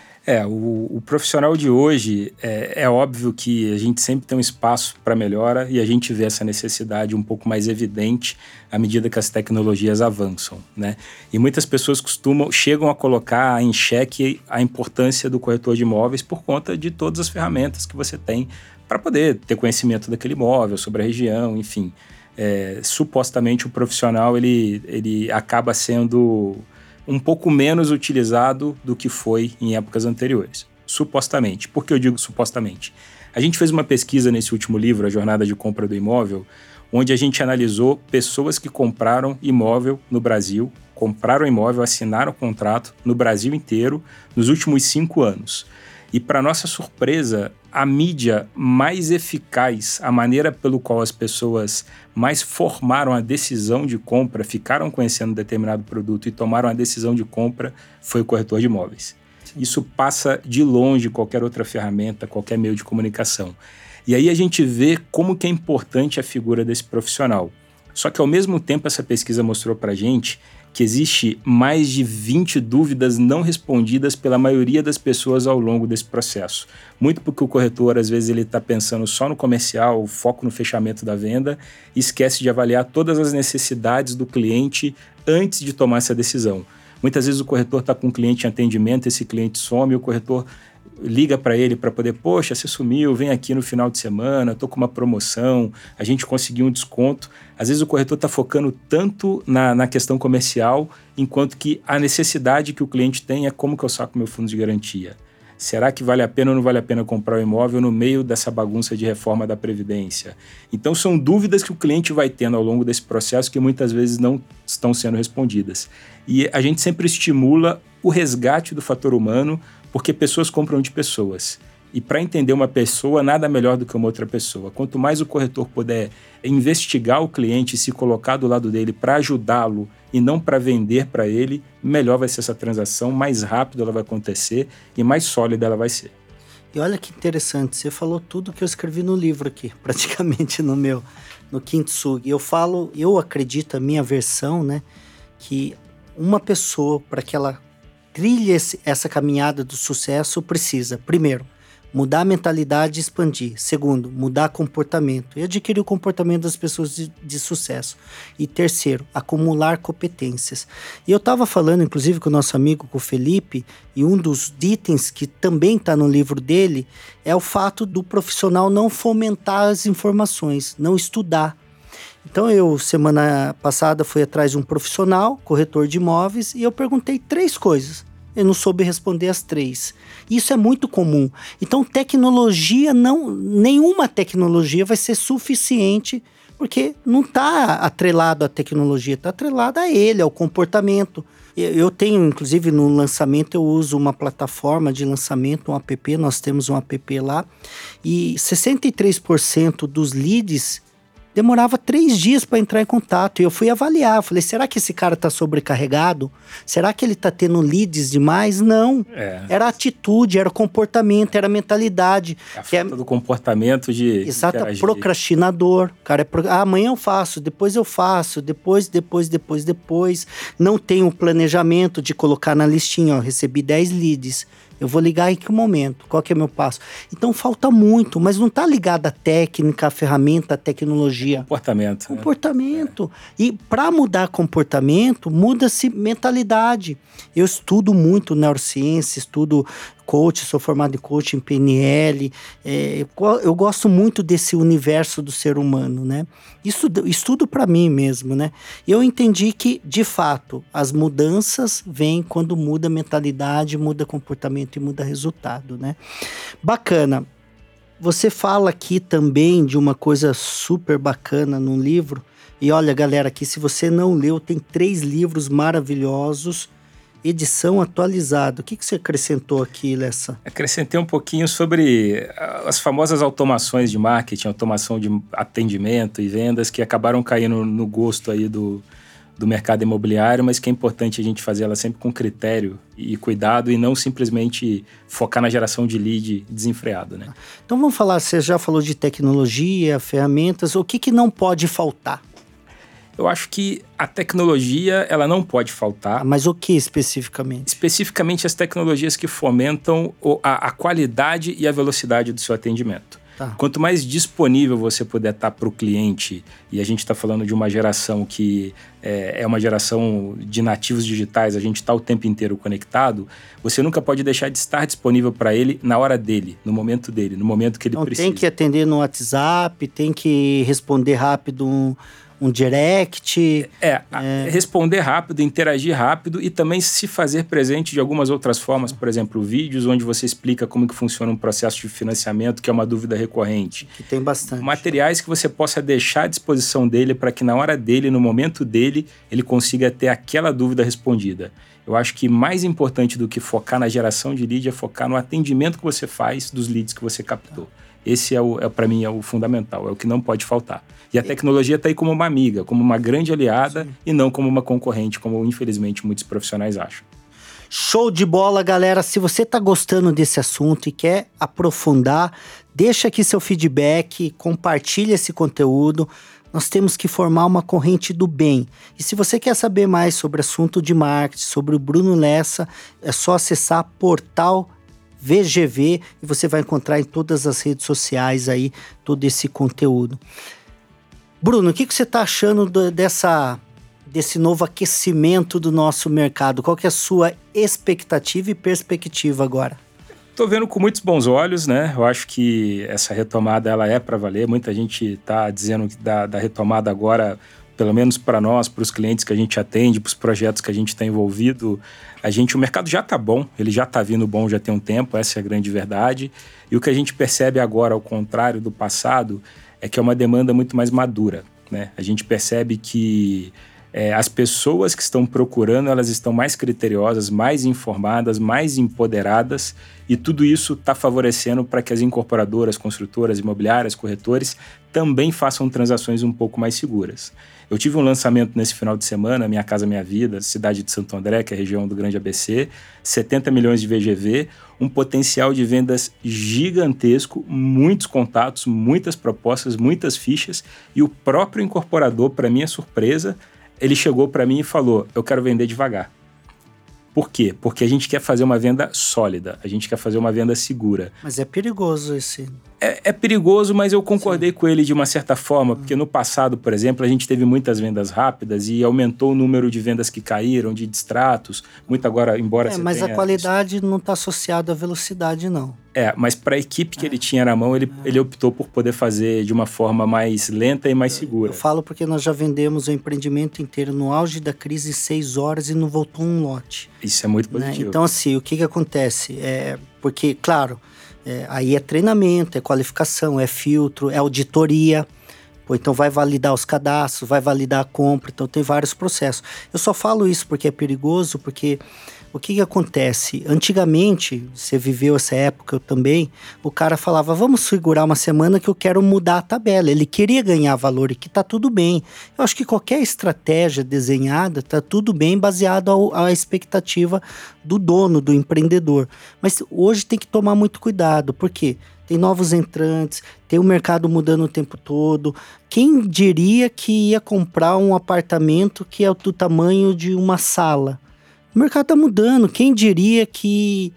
O profissional de hoje, é óbvio que a gente sempre tem um espaço para melhora e a gente vê essa necessidade um pouco mais evidente à medida que as tecnologias avançam, né? E muitas pessoas chegam a colocar em xeque a importância do corretor de imóveis por conta de todas as ferramentas que você tem para poder ter conhecimento daquele imóvel, sobre a região, enfim. Supostamente o profissional ele acaba sendo um pouco menos utilizado do que foi em épocas anteriores. Supostamente. Por que eu digo supostamente? A gente fez uma pesquisa nesse último livro, A Jornada de Compra do Imóvel, onde a gente analisou pessoas que compraram imóvel no Brasil, compraram imóvel, assinaram contrato no Brasil inteiro nos últimos 5 anos. E, para nossa surpresa, a mídia mais eficaz, a maneira pelo qual as pessoas mais formaram a decisão de compra, ficaram conhecendo determinado produto e tomaram a decisão de compra, foi o corretor de imóveis. Sim. Isso passa de longe qualquer outra ferramenta, qualquer meio de comunicação. E aí a gente vê como que é importante a figura desse profissional. Só que, ao mesmo tempo, essa pesquisa mostrou para a gente que existe mais de 20 dúvidas não respondidas pela maioria das pessoas ao longo desse processo. Muito porque o corretor, às vezes, ele está pensando só no comercial, o foco no fechamento da venda, e esquece de avaliar todas as necessidades do cliente antes de tomar essa decisão. Muitas vezes o corretor está com um cliente em atendimento, esse cliente some, o corretor liga para ele para poder, poxa, você sumiu, vem aqui no final de semana, estou com uma promoção, a gente conseguiu um desconto. Às vezes o corretor está focando tanto na questão comercial, enquanto que a necessidade que o cliente tem é como que eu saco meu fundo de garantia. Será que vale a pena ou não vale a pena comprar um imóvel no meio dessa bagunça de reforma da Previdência? Então, são dúvidas que o cliente vai tendo ao longo desse processo que muitas vezes não estão sendo respondidas. E a gente sempre estimula o resgate do fator humano, porque pessoas compram de pessoas. E para entender uma pessoa, nada melhor do que uma outra pessoa. Quanto mais o corretor puder investigar o cliente e se colocar do lado dele para ajudá-lo e não para vender para ele, melhor vai ser essa transação, mais rápido ela vai acontecer e mais sólida ela vai ser. E olha que interessante, você falou tudo que eu escrevi no livro aqui, praticamente no Kintsugi. Eu acredito, a minha versão, né, que uma pessoa, para que ela trilhe essa caminhada do sucesso, precisa, primeiro, mudar a mentalidade e expandir. Segundo, mudar comportamento e adquirir o comportamento das pessoas de sucesso. E terceiro, acumular competências. E eu estava falando, inclusive, com o nosso amigo, com o Felipe, e um dos itens que também está no livro dele é o fato do profissional não fomentar as informações, não estudar. Então eu, semana passada, fui atrás de um profissional, corretor de imóveis, e eu perguntei 3 coisas. Eu não soube responder as 3. Isso é muito comum. Então, nenhuma tecnologia vai ser suficiente, porque não está atrelado à tecnologia, está atrelado a ele, ao comportamento. Eu tenho, inclusive, no lançamento, eu uso uma plataforma de lançamento, um app, nós temos um app lá, e 63% dos leads demorava 3 dias para entrar em contato. E eu fui avaliar. Falei, será que esse cara está sobrecarregado? Será que ele está tendo leads demais? Não. Era atitude, era comportamento, era mentalidade. A falta do comportamento de exato, procrastinador. O cara amanhã eu faço, depois eu faço, depois. Não tem um planejamento de colocar na listinha, recebi 10 leads. Eu vou ligar em que momento? Qual que é o meu passo? Então falta muito, mas não está ligado à técnica, à ferramenta, à tecnologia. Comportamento. E para mudar comportamento, muda-se mentalidade. Eu estudo muito neurociência, estudo coach, sou formado em coach, em PNL. Eu gosto muito desse universo do ser humano, né? Estudo para mim mesmo, né? Eu entendi que, de fato, as mudanças vêm quando muda a mentalidade, muda comportamento e muda resultado, né? Bacana. Você fala aqui também de uma coisa super bacana no livro. E olha, galera, aqui se você não leu, tem 3 livros maravilhosos, edição atualizada. O que você acrescentou aqui, Lessa? Acrescentei um pouquinho sobre as famosas automações de marketing, automação de atendimento e vendas que acabaram caindo no gosto aí do mercado imobiliário, mas que é importante a gente fazer ela sempre com critério e cuidado e não simplesmente focar na geração de lead desenfreado, né? Então vamos falar, você já falou de tecnologia, ferramentas, o que não pode faltar? Eu acho que a tecnologia, ela não pode faltar. Mas o que especificamente? Especificamente as tecnologias que fomentam a qualidade e a velocidade do seu atendimento. Tá. Quanto mais disponível você puder estar para o cliente, e a gente está falando de uma geração que é uma geração de nativos digitais, a gente está o tempo inteiro conectado, você nunca pode deixar de estar disponível para ele na hora dele, no momento que ele precisa. Tem que atender no WhatsApp, tem que responder rápido um direct. Responder rápido, interagir rápido e também se fazer presente de algumas outras formas, por exemplo, vídeos onde você explica como que funciona um processo de financiamento, que é uma dúvida recorrente. Que tem bastante. Materiais que você possa deixar à disposição dele para que na hora dele, no momento dele, ele consiga ter aquela dúvida respondida. Eu acho que mais importante do que focar na geração de lead é focar no atendimento que você faz dos leads que você captou. Esse para mim, é o fundamental, é o que não pode faltar. E a tecnologia está aí como uma amiga, como uma grande aliada. Sim. E não como uma concorrente, como infelizmente muitos profissionais acham. Show de bola, galera! Se você está gostando desse assunto e quer aprofundar, deixa aqui seu feedback, compartilha esse conteúdo. Nós temos que formar uma corrente do bem. E se você quer saber mais sobre assunto de marketing, sobre o Bruno Lessa, é só acessar portal VGV e você vai encontrar em todas as redes sociais aí todo esse conteúdo. Bruno, o que você está achando desse novo aquecimento do nosso mercado? Qual que é a sua expectativa e perspectiva agora? Estou vendo com muitos bons olhos, né? Eu acho que essa retomada ela é para valer. Muita gente está dizendo que da retomada agora pelo menos para nós, para os clientes que a gente atende, para os projetos que a gente está envolvido, o mercado já está bom, ele já está vindo bom já tem um tempo, essa é a grande verdade. E o que a gente percebe agora, ao contrário do passado, é que é uma demanda muito mais madura, né? A gente percebe que as pessoas que estão procurando, elas estão mais criteriosas, mais informadas, mais empoderadas, e tudo isso está favorecendo para que as incorporadoras, construtoras, imobiliárias, corretores também façam transações um pouco mais seguras. Eu tive um lançamento nesse final de semana, Minha Casa Minha Vida, cidade de Santo André, que é a região do Grande ABC, 70 milhões de VGV, um potencial de vendas gigantesco, muitos contatos, muitas propostas, muitas fichas, e o próprio incorporador, para minha surpresa, ele chegou para mim e falou, eu quero vender devagar. Por quê? Porque a gente quer fazer uma venda sólida, a gente quer fazer uma venda segura. Mas é perigoso esse... É perigoso, mas eu concordei com ele de uma certa forma, porque no passado, por exemplo, a gente teve muitas vendas rápidas e aumentou o número de vendas que caíram, de distratos, muito agora, embora você mas tenha... a qualidade não está associada à velocidade, não. Mas para a equipe que ele tinha na mão, ele optou por poder fazer de uma forma mais lenta e mais segura. Eu falo porque nós já vendemos o empreendimento inteiro no auge da crise em 6 horas e não voltou um lote. Isso é muito positivo. Né? Então, assim, o que acontece? Porque, claro, aí é treinamento, é qualificação, é filtro, é auditoria. Então vai validar os cadastros, vai validar a compra, então tem vários processos. Eu só falo isso porque é perigoso, porque o que acontece? Antigamente, você viveu essa época também, o cara falava, vamos segurar uma semana que eu quero mudar a tabela. Ele queria ganhar valor e que tá tudo bem. Eu acho que qualquer estratégia desenhada tá tudo bem baseado à expectativa do dono, do empreendedor. Mas hoje tem que tomar muito cuidado, por quê? Tem novos entrantes, tem o mercado mudando o tempo todo. Quem diria que ia comprar um apartamento que é do tamanho de uma sala? O mercado está mudando. Quem diria que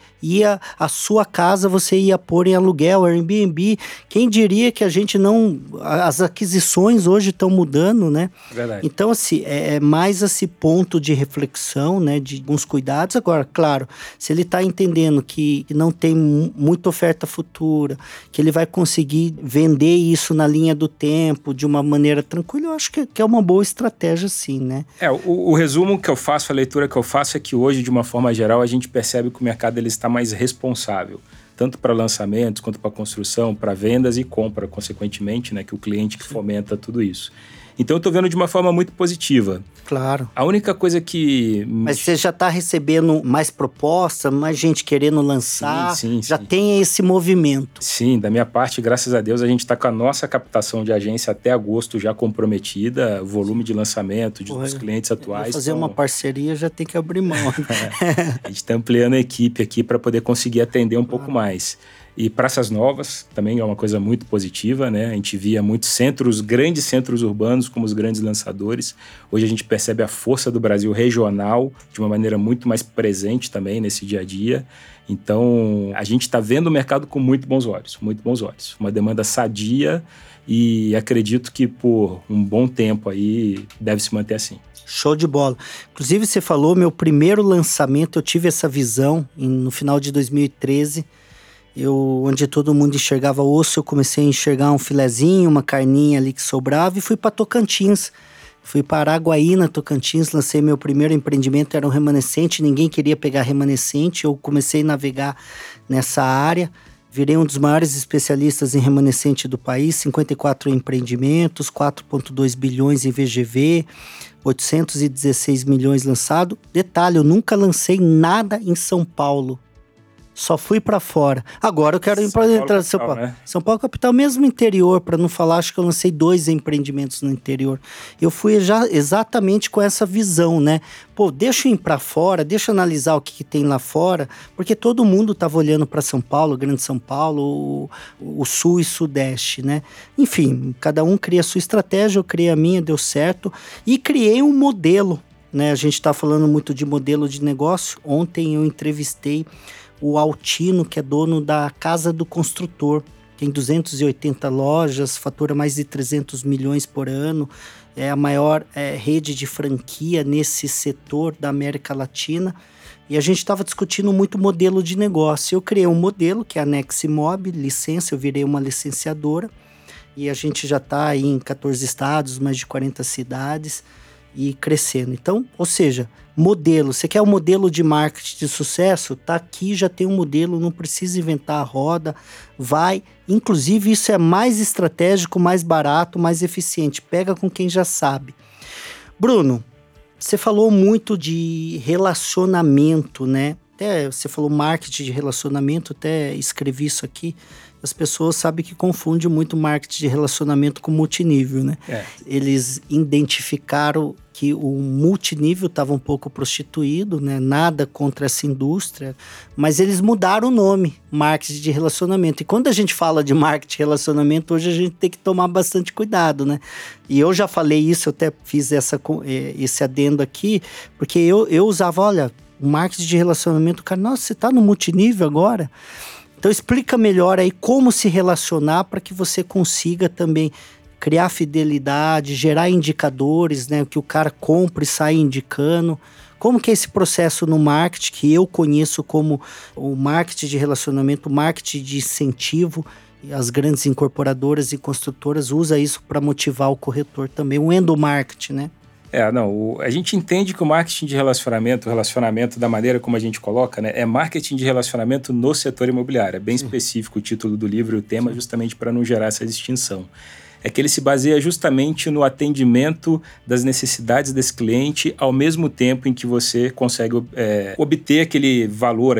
a sua casa você ia pôr em aluguel, Airbnb? Quem diria que a gente não... As aquisições hoje estão mudando, né? Verdade. Então, assim, é mais esse ponto de reflexão, né? De alguns cuidados. Agora, claro, se ele está entendendo que não tem muita oferta futura, que ele vai conseguir vender isso na linha do tempo, de uma maneira tranquila, eu acho que é uma boa estratégia, sim, né? O resumo que eu faço, a leitura que eu faço é que hoje, de uma forma geral, a gente percebe que o mercado ele está mais responsável, tanto para lançamentos, quanto para construção, para vendas e compra, consequentemente, né, que o cliente que fomenta tudo isso. Então, eu estou vendo de uma forma muito positiva. Claro. A única coisa que... Mas você já está recebendo mais proposta, mais gente querendo lançar? Sim. Já tem esse movimento? Sim, da minha parte, graças a Deus, a gente está com a nossa captação de agência até agosto já comprometida, volume de lançamento dos clientes atuais. Fazer uma parceria já tem que abrir mão. A gente está ampliando a equipe aqui para poder conseguir atender um pouco mais. E praças novas também é uma coisa muito positiva, né? A gente via muitos grandes centros urbanos como os grandes lançadores. Hoje a gente percebe a força do Brasil regional de uma maneira muito mais presente também nesse dia a dia. Então, a gente está vendo o mercado com muito bons olhos. Uma demanda sadia e acredito que por um bom tempo aí deve se manter assim. Show de bola. Inclusive, você falou, meu primeiro lançamento, eu tive essa visão no final de 2013, onde todo mundo enxergava osso, eu comecei a enxergar um filezinho, uma carninha ali que sobrava e fui para Tocantins. Fui para Araguaína, Tocantins, lancei meu primeiro empreendimento, era um remanescente, ninguém queria pegar remanescente, eu comecei a navegar nessa área, virei um dos maiores especialistas em remanescente do país, 54 empreendimentos, 4,2 bilhões em VGV, 816 milhões lançado. Detalhe, eu nunca lancei nada em São Paulo. Só fui para fora. Agora eu quero ir para dentro de São Paulo. Né? São Paulo capital, mesmo interior, para não falar, acho que eu lancei 2 empreendimentos no interior. Eu fui já exatamente com essa visão, né? Pô, deixa eu ir para fora, deixa eu analisar o que tem lá fora, porque todo mundo estava olhando para São Paulo, Grande São Paulo, o Sul e Sudeste, né? Enfim, cada um cria a sua estratégia, eu criei a minha, deu certo, e criei um modelo, né? A gente está falando muito de modelo de negócio. Ontem eu entrevistei o Altino, que é dono da Casa do Construtor, tem 280 lojas, fatura mais de 300 milhões por ano, é a maior rede de franquia nesse setor da América Latina, e a gente estava discutindo muito modelo de negócio. Eu criei um modelo, que é a Nexmob, licença, eu virei uma licenciadora, e a gente já está em 14 estados, mais de 40 cidades e crescendo. Então, ou seja, modelo. Você quer um modelo de marketing de sucesso? Tá aqui, já tem um modelo, não precisa inventar a roda. Vai. Inclusive, isso é mais estratégico, mais barato, mais eficiente. Pega com quem já sabe. Bruno, você falou muito de relacionamento, né? Até você falou marketing de relacionamento, até escrevi isso aqui. As pessoas sabem que confundem muito marketing de relacionamento com multinível, né? Eles identificaram que o multinível estava um pouco prostituído, né? Nada contra essa indústria, mas eles mudaram o nome, marketing de relacionamento. E quando a gente fala de marketing de relacionamento, hoje a gente tem que tomar bastante cuidado, né? E eu já falei isso, eu até fiz esse adendo aqui, porque eu usava, olha, o marketing de relacionamento, cara, nossa, você está no multinível agora? Então explica melhor aí como se relacionar para que você consiga também criar fidelidade, gerar indicadores, né? Que o cara compra e sai indicando. Como que é esse processo no marketing, que eu conheço como o marketing de relacionamento, o marketing de incentivo, e as grandes incorporadoras e construtoras usam isso para motivar o corretor também, o endomarketing, né? A gente entende que o marketing de relacionamento, o relacionamento da maneira como a gente coloca, né, é marketing de relacionamento no setor imobiliário. É bem específico o título do livro e o tema, justamente para não gerar essa distinção. É que ele se baseia justamente no atendimento das necessidades desse cliente ao mesmo tempo em que você consegue obter aquele valor,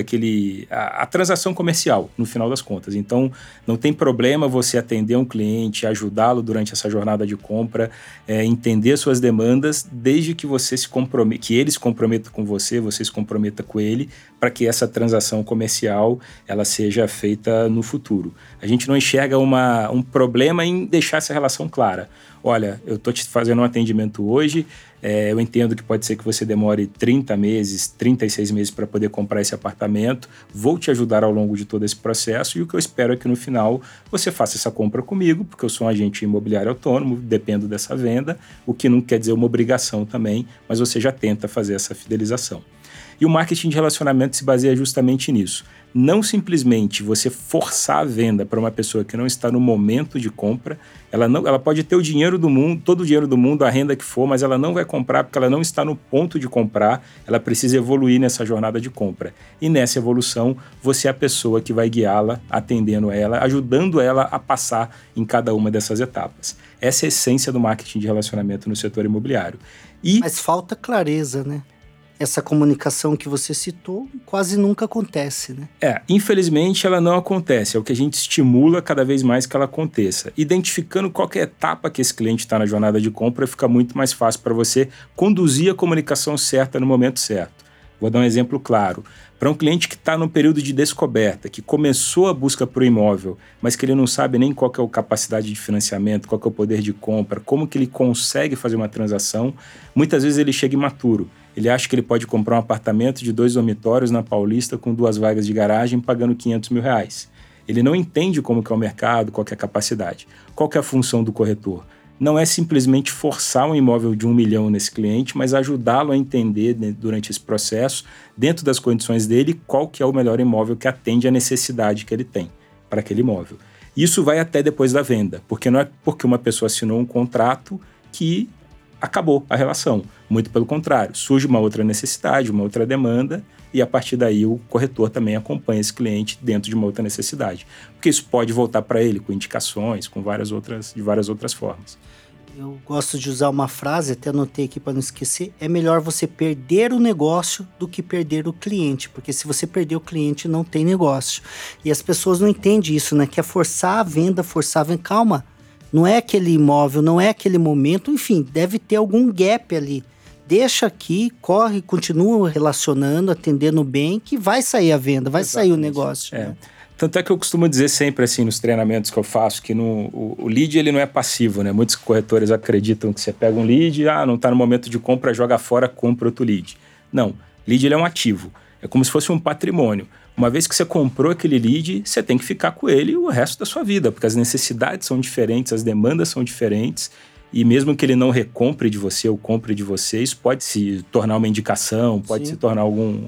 a transação comercial, no final das contas. Então, não tem problema você atender um cliente, ajudá-lo durante essa jornada de compra, entender suas demandas, desde que você que ele se comprometa com você se comprometa com ele, para que essa transação comercial ela seja feita no futuro. A gente não enxerga um problema em deixar essa relação clara. Olha, eu estou te fazendo um atendimento hoje, eu entendo que pode ser que você demore 30 meses, 36 meses para poder comprar esse apartamento, vou te ajudar ao longo de todo esse processo e o que eu espero é que no final você faça essa compra comigo, porque eu sou um agente imobiliário autônomo, dependo dessa venda, o que não quer dizer uma obrigação também, mas você já tenta fazer essa fidelização. E o marketing de relacionamento se baseia justamente nisso. Não simplesmente você forçar a venda para uma pessoa que não está no momento de compra. Ela pode ter o dinheiro do mundo, todo o dinheiro do mundo, a renda que for, mas ela não vai comprar porque ela não está no ponto de comprar. Ela precisa evoluir nessa jornada de compra. E nessa evolução, você é a pessoa que vai guiá-la, atendendo ela, ajudando ela a passar em cada uma dessas etapas. Essa é a essência do marketing de relacionamento no setor imobiliário. Mas falta clareza, né? Essa comunicação que você citou quase nunca acontece, né? Infelizmente ela não acontece, é o que a gente estimula cada vez mais que ela aconteça. Identificando qual que é a etapa que esse cliente está na jornada de compra, fica muito mais fácil para você conduzir a comunicação certa no momento certo. Vou dar um exemplo claro. Para um cliente que está no período de descoberta, que começou a busca por imóvel, mas que ele não sabe nem qual que é a capacidade de financiamento, qual que é o poder de compra, como que ele consegue fazer uma transação, muitas vezes ele chega imaturo. Ele acha que ele pode comprar um apartamento de 2 dormitórios na Paulista com 2 vagas de garagem pagando R$500 mil. Ele não entende como que é o mercado, qual que é a capacidade. Qual que é a função do corretor? Não é simplesmente forçar um imóvel de 1 milhão nesse cliente, mas ajudá-lo a entender, né, durante esse processo, dentro das condições dele, qual que é o melhor imóvel que atende à necessidade que ele tem para aquele imóvel. Isso vai até depois da venda, porque não é porque uma pessoa assinou um contrato que acabou a relação. Muito pelo contrário, surge uma outra necessidade, uma outra demanda, e a partir daí o corretor também acompanha esse cliente dentro de uma outra necessidade. Porque isso pode voltar para ele com indicações, de várias outras formas. Eu gosto de usar uma frase, até anotei aqui para não esquecer, é melhor você perder o negócio do que perder o cliente, porque se você perder o cliente, não tem negócio. E as pessoas não entendem isso, né? Quer forçar a venda. Calma, não é aquele imóvel, não é aquele momento, enfim, deve ter algum gap ali. Deixa aqui, corre, continua relacionando, atendendo bem, que vai sair a venda, vai sair o negócio. Né? Tanto é que eu costumo dizer sempre assim nos treinamentos que eu faço que o lead ele não é passivo, né? Muitos corretores acreditam que você pega um lead, não está no momento de compra, joga fora, compra outro lead. Não, lead ele é um ativo, é como se fosse um patrimônio. Uma vez que você comprou aquele lead, você tem que ficar com ele o resto da sua vida, porque as necessidades são diferentes, as demandas são diferentes, e mesmo que ele não recompre de você ou compre de você, isso pode se tornar uma indicação, pode se tornar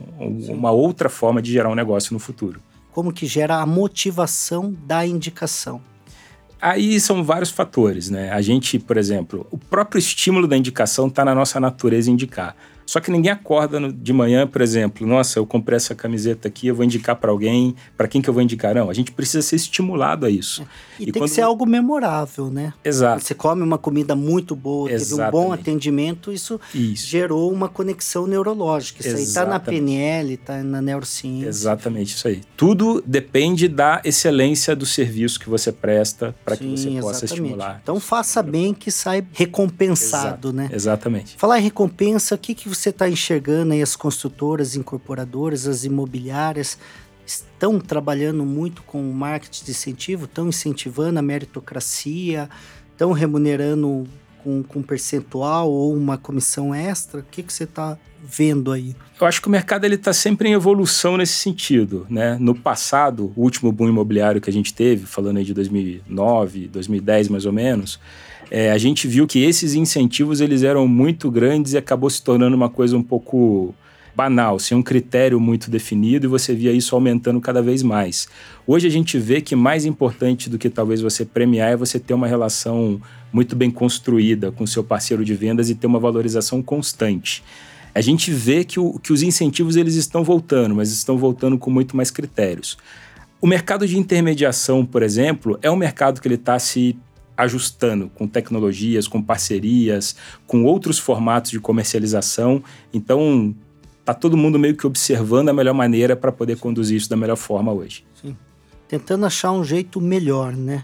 uma outra forma de gerar um negócio no futuro. Como que gera a motivação da indicação? Aí são vários fatores, né? A gente, por exemplo, o próprio estímulo da indicação está na nossa natureza indicar. Só que ninguém acorda de manhã, por exemplo, nossa, eu comprei essa camiseta aqui, eu vou indicar para alguém, para quem que eu vou indicar? Não, a gente precisa ser estimulado a isso. E tem que ser algo memorável, né? Exato. Você come uma comida muito boa, Exatamente. teve um bom atendimento, isso gerou uma conexão neurológica. Isso aí está na PNL, está na neurociência. Exatamente, isso aí. Tudo depende da excelência do serviço que você presta para que você possa estimular. Então faça bem que sai recompensado, né? Exatamente. Falar em recompensa, o que você está enxergando aí? As construtoras, incorporadoras, as imobiliárias estão trabalhando muito com o marketing de incentivo, estão incentivando a meritocracia, estão remunerando com percentual ou uma comissão extra? O que você está vendo aí? Eu acho que o mercado está sempre em evolução nesse sentido, né? No passado, o último boom imobiliário que a gente teve, falando aí de 2009, 2010 mais ou menos, a gente viu que esses incentivos eles eram muito grandes e acabou se tornando uma coisa um pouco banal, sem um critério muito definido, e você via isso aumentando cada vez mais. Hoje a gente vê que mais importante do que talvez você premiar é você ter uma relação muito bem construída com o seu parceiro de vendas e ter uma valorização constante. A gente vê que os incentivos eles estão voltando, mas estão voltando com muito mais critérios. O mercado de intermediação, por exemplo, é um mercado que ele está se ajustando com tecnologias, com parcerias, com outros formatos de comercialização. Então, está todo mundo meio que observando a melhor maneira para poder conduzir isso da melhor forma hoje. Sim. Tentando achar um jeito melhor, né?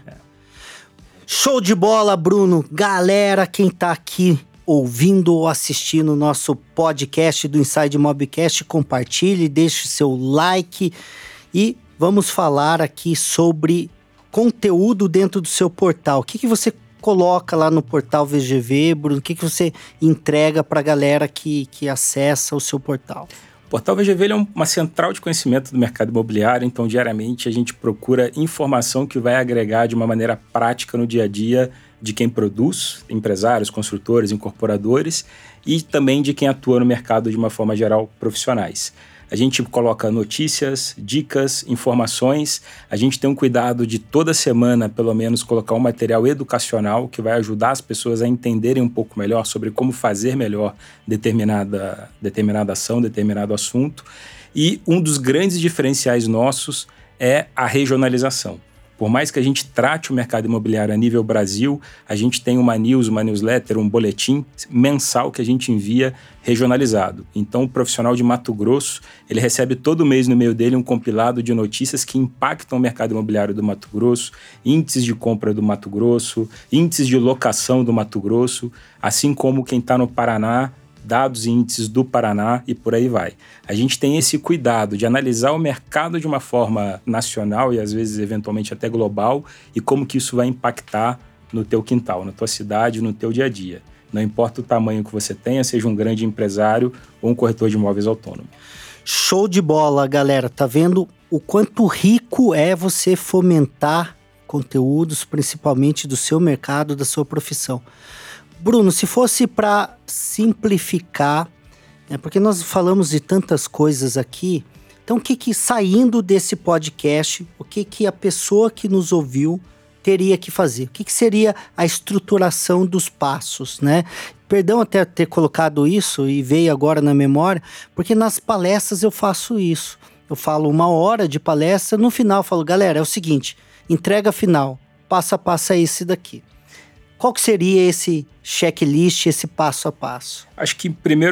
Show de bola, Bruno. Galera, quem está aqui ouvindo ou assistindo o nosso podcast do Inside Mobcast, compartilhe, deixe seu like e vamos falar aqui sobre conteúdo dentro do seu portal. O que você coloca lá no portal VGV, Bruno? O que você entrega para a galera que acessa o seu portal? O portal VGV é uma central de conhecimento do mercado imobiliário, então diariamente a gente procura informação que vai agregar de uma maneira prática no dia a dia de quem produz, empresários, construtores, incorporadores e também de quem atua no mercado de uma forma geral, profissionais. A gente coloca notícias, dicas, informações. A gente tem um cuidado de toda semana, pelo menos, colocar um material educacional que vai ajudar as pessoas a entenderem um pouco melhor sobre como fazer melhor determinada ação, determinado assunto. E um dos grandes diferenciais nossos é a regionalização. Por mais que a gente trate o mercado imobiliário a nível Brasil, a gente tem uma newsletter, um boletim mensal que a gente envia regionalizado. Então, o profissional de Mato Grosso, ele recebe todo mês no e-mail dele um compilado de notícias que impactam o mercado imobiliário do Mato Grosso, índices de compra do Mato Grosso, índices de locação do Mato Grosso, assim como quem está no Paraná, dados e índices do Paraná e por aí vai. A gente tem esse cuidado de analisar o mercado de uma forma nacional e às vezes eventualmente até global e como que isso vai impactar no teu quintal, na tua cidade, no teu dia a dia. Não importa o tamanho que você tenha, seja um grande empresário ou um corretor de imóveis autônomo. Show de bola, galera. Tá vendo o quanto rico é você fomentar conteúdos, principalmente do seu mercado, da sua profissão. Bruno, se fosse para simplificar, porque nós falamos de tantas coisas aqui, então o que saindo desse podcast, o que a pessoa que nos ouviu teria que fazer? O que seria a estruturação dos passos, né? Perdão até ter colocado isso e veio agora na memória, porque nas palestras eu faço isso. Eu falo 1 hora de palestra, no final eu falo, galera, é o seguinte, entrega final, passo a passo é esse daqui. Qual que seria esse checklist, esse passo a passo? Acho que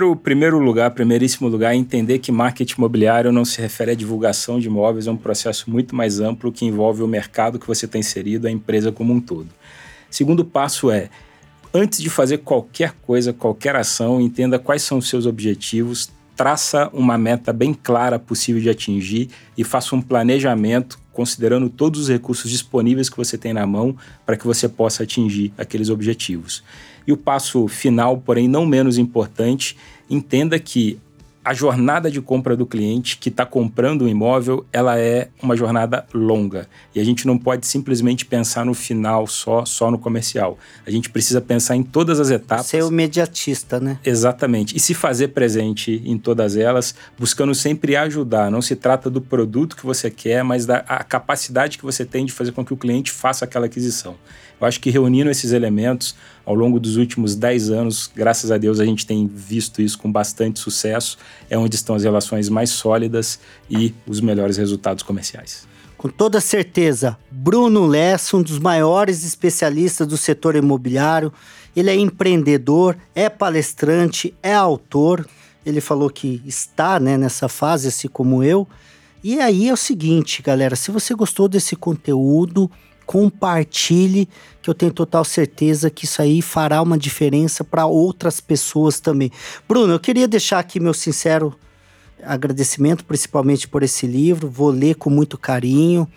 primeiríssimo lugar, é entender que marketing imobiliário não se refere à divulgação de imóveis, é um processo muito mais amplo que envolve o mercado que você está inserido, a empresa como um todo. Segundo passo é, antes de fazer qualquer coisa, qualquer ação, entenda quais são os seus objetivos, traça uma meta bem clara, possível de atingir e faça um planejamento considerando todos os recursos disponíveis que você tem na mão para que você possa atingir aqueles objetivos. E o passo final, porém não menos importante, entenda que a jornada de compra do cliente que está comprando um imóvel, ela é uma jornada longa. E a gente não pode simplesmente pensar no final só no comercial. A gente precisa pensar em todas as etapas. Ser o imediatista, né? Exatamente. E se fazer presente em todas elas, buscando sempre ajudar. Não se trata do produto que você quer, mas da capacidade que você tem de fazer com que o cliente faça aquela aquisição. Eu acho que reunindo esses elementos, ao longo dos últimos 10 anos, graças a Deus, a gente tem visto isso com bastante sucesso. É onde estão as relações mais sólidas e os melhores resultados comerciais. Com toda certeza, Bruno Lessa, um dos maiores especialistas do setor imobiliário. Ele é empreendedor, é palestrante, é autor. Ele falou que está, né, nessa fase, assim como eu. E aí é o seguinte, galera, se você gostou desse conteúdo, compartilhe, que eu tenho total certeza que isso aí fará uma diferença para outras pessoas também. Bruno, eu queria deixar aqui meu sincero agradecimento, principalmente por esse livro. Vou ler com muito carinho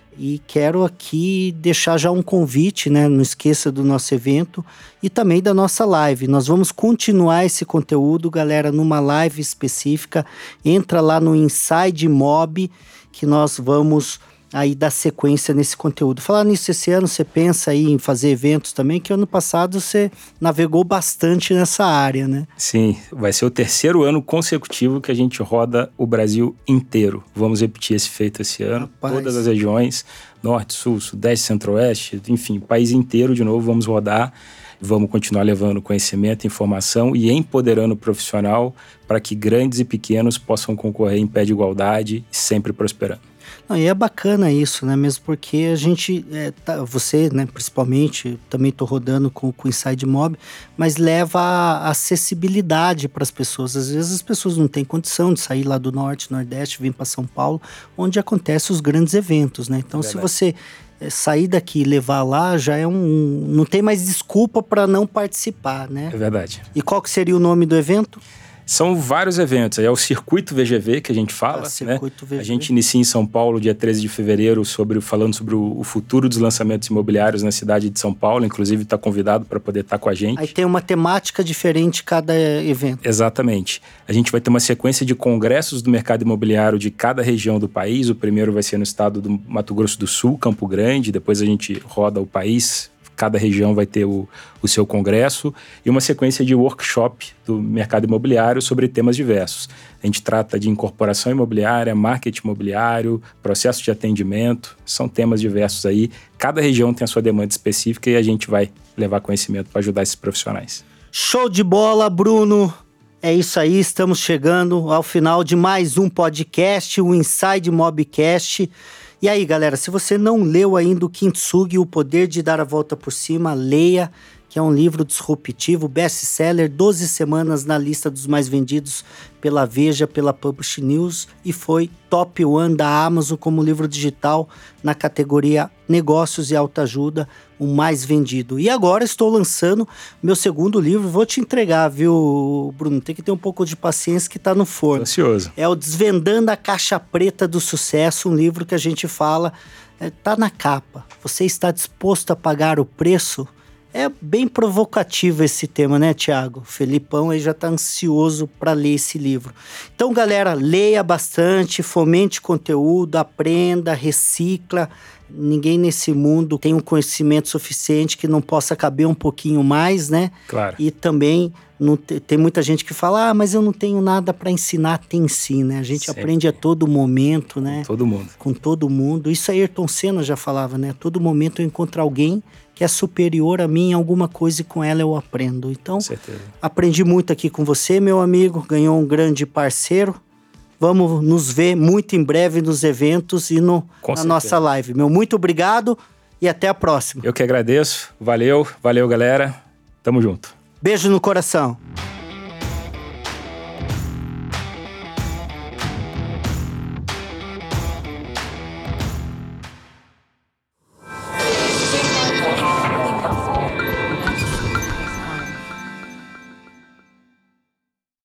e quero aqui deixar já um convite, né? Não esqueça do nosso evento e também da nossa live. Nós vamos continuar esse conteúdo, galera, numa live específica. Entra lá no Inside Mob que nós vamos aí dar sequência nesse conteúdo. Falar nisso, esse ano você pensa aí em fazer eventos também, que ano passado você navegou bastante nessa área, né? Sim, vai ser o 3º ano consecutivo que a gente roda o Brasil inteiro. Vamos repetir esse feito esse ano. Rapaz. Todas as regiões, Norte, Sul, Sudeste, Centro-Oeste, enfim, país inteiro de novo vamos rodar. Vamos continuar levando conhecimento, informação e empoderando o profissional para que grandes e pequenos possam concorrer em pé de igualdade e sempre prosperando. Não, e é bacana isso, né? Mesmo porque a gente, você, né, principalmente, também estou rodando com o Inside Mob, mas leva a acessibilidade para as pessoas. Às vezes as pessoas não têm condição de sair lá do Norte, Nordeste, vir para São Paulo, onde acontecem os grandes eventos, né? Então, se você sair daqui e levar lá, já é não tem mais desculpa para não participar, né? É verdade. E qual que seria o nome do evento? São vários eventos, é o Circuito VGV que a gente fala, Circuito VGV. A gente inicia em São Paulo, dia 13 de fevereiro, falando sobre o futuro dos lançamentos imobiliários na cidade de São Paulo, inclusive está convidado para poder estar com a gente. Aí tem uma temática diferente cada evento. Exatamente. A gente vai ter uma sequência de congressos do mercado imobiliário de cada região do país. O primeiro vai ser no estado do Mato Grosso do Sul, Campo Grande, depois a gente roda o país. Cada região vai ter o seu congresso e uma sequência de workshop do mercado imobiliário sobre temas diversos. A gente trata de incorporação imobiliária, marketing imobiliário, processo de atendimento, são temas diversos aí. Cada região tem a sua demanda específica e a gente vai levar conhecimento para ajudar esses profissionais. Show de bola, Bruno! É isso aí, estamos chegando ao final de mais um podcast, o Inside Mobcast. E aí, galera, se você não leu ainda o Kintsugi, O Poder de Dar a Volta por Cima, leia, que é um livro disruptivo, best-seller, 12 semanas na lista dos mais vendidos pela Veja, pela Publish News, e foi top 1 da Amazon como livro digital na categoria Negócios e Autoajuda, o mais vendido. E agora estou lançando meu segundo livro, vou te entregar, viu, Bruno? Tem que ter um pouco de paciência que está no forno. Tô ansioso. É o Desvendando a Caixa Preta do Sucesso, um livro que a gente fala, tá na capa. Você está disposto a pagar o preço? É bem provocativo esse tema, né, Thiago? O Felipão aí já tá ansioso para ler esse livro. Então, galera, leia bastante, fomente conteúdo, aprenda, recicla. Ninguém nesse mundo tem um conhecimento suficiente que não possa caber um pouquinho mais, né? Claro. E também tem muita gente que fala, mas eu não tenho nada para ensinar. Tem sim, né? A gente sempre aprende a todo momento, né? Com todo mundo. Com todo mundo. Isso aí Ayrton Senna já falava, né? A todo momento eu encontro alguém que é superior a mim em alguma coisa e com ela eu aprendo. Então, com certeza. Aprendi muito aqui com você, meu amigo. Ganhou um grande parceiro. Vamos nos ver muito em breve nos eventos e na nossa live. Meu muito obrigado e até a próxima. Eu que agradeço. Valeu, galera. Tamo junto. Beijo no coração.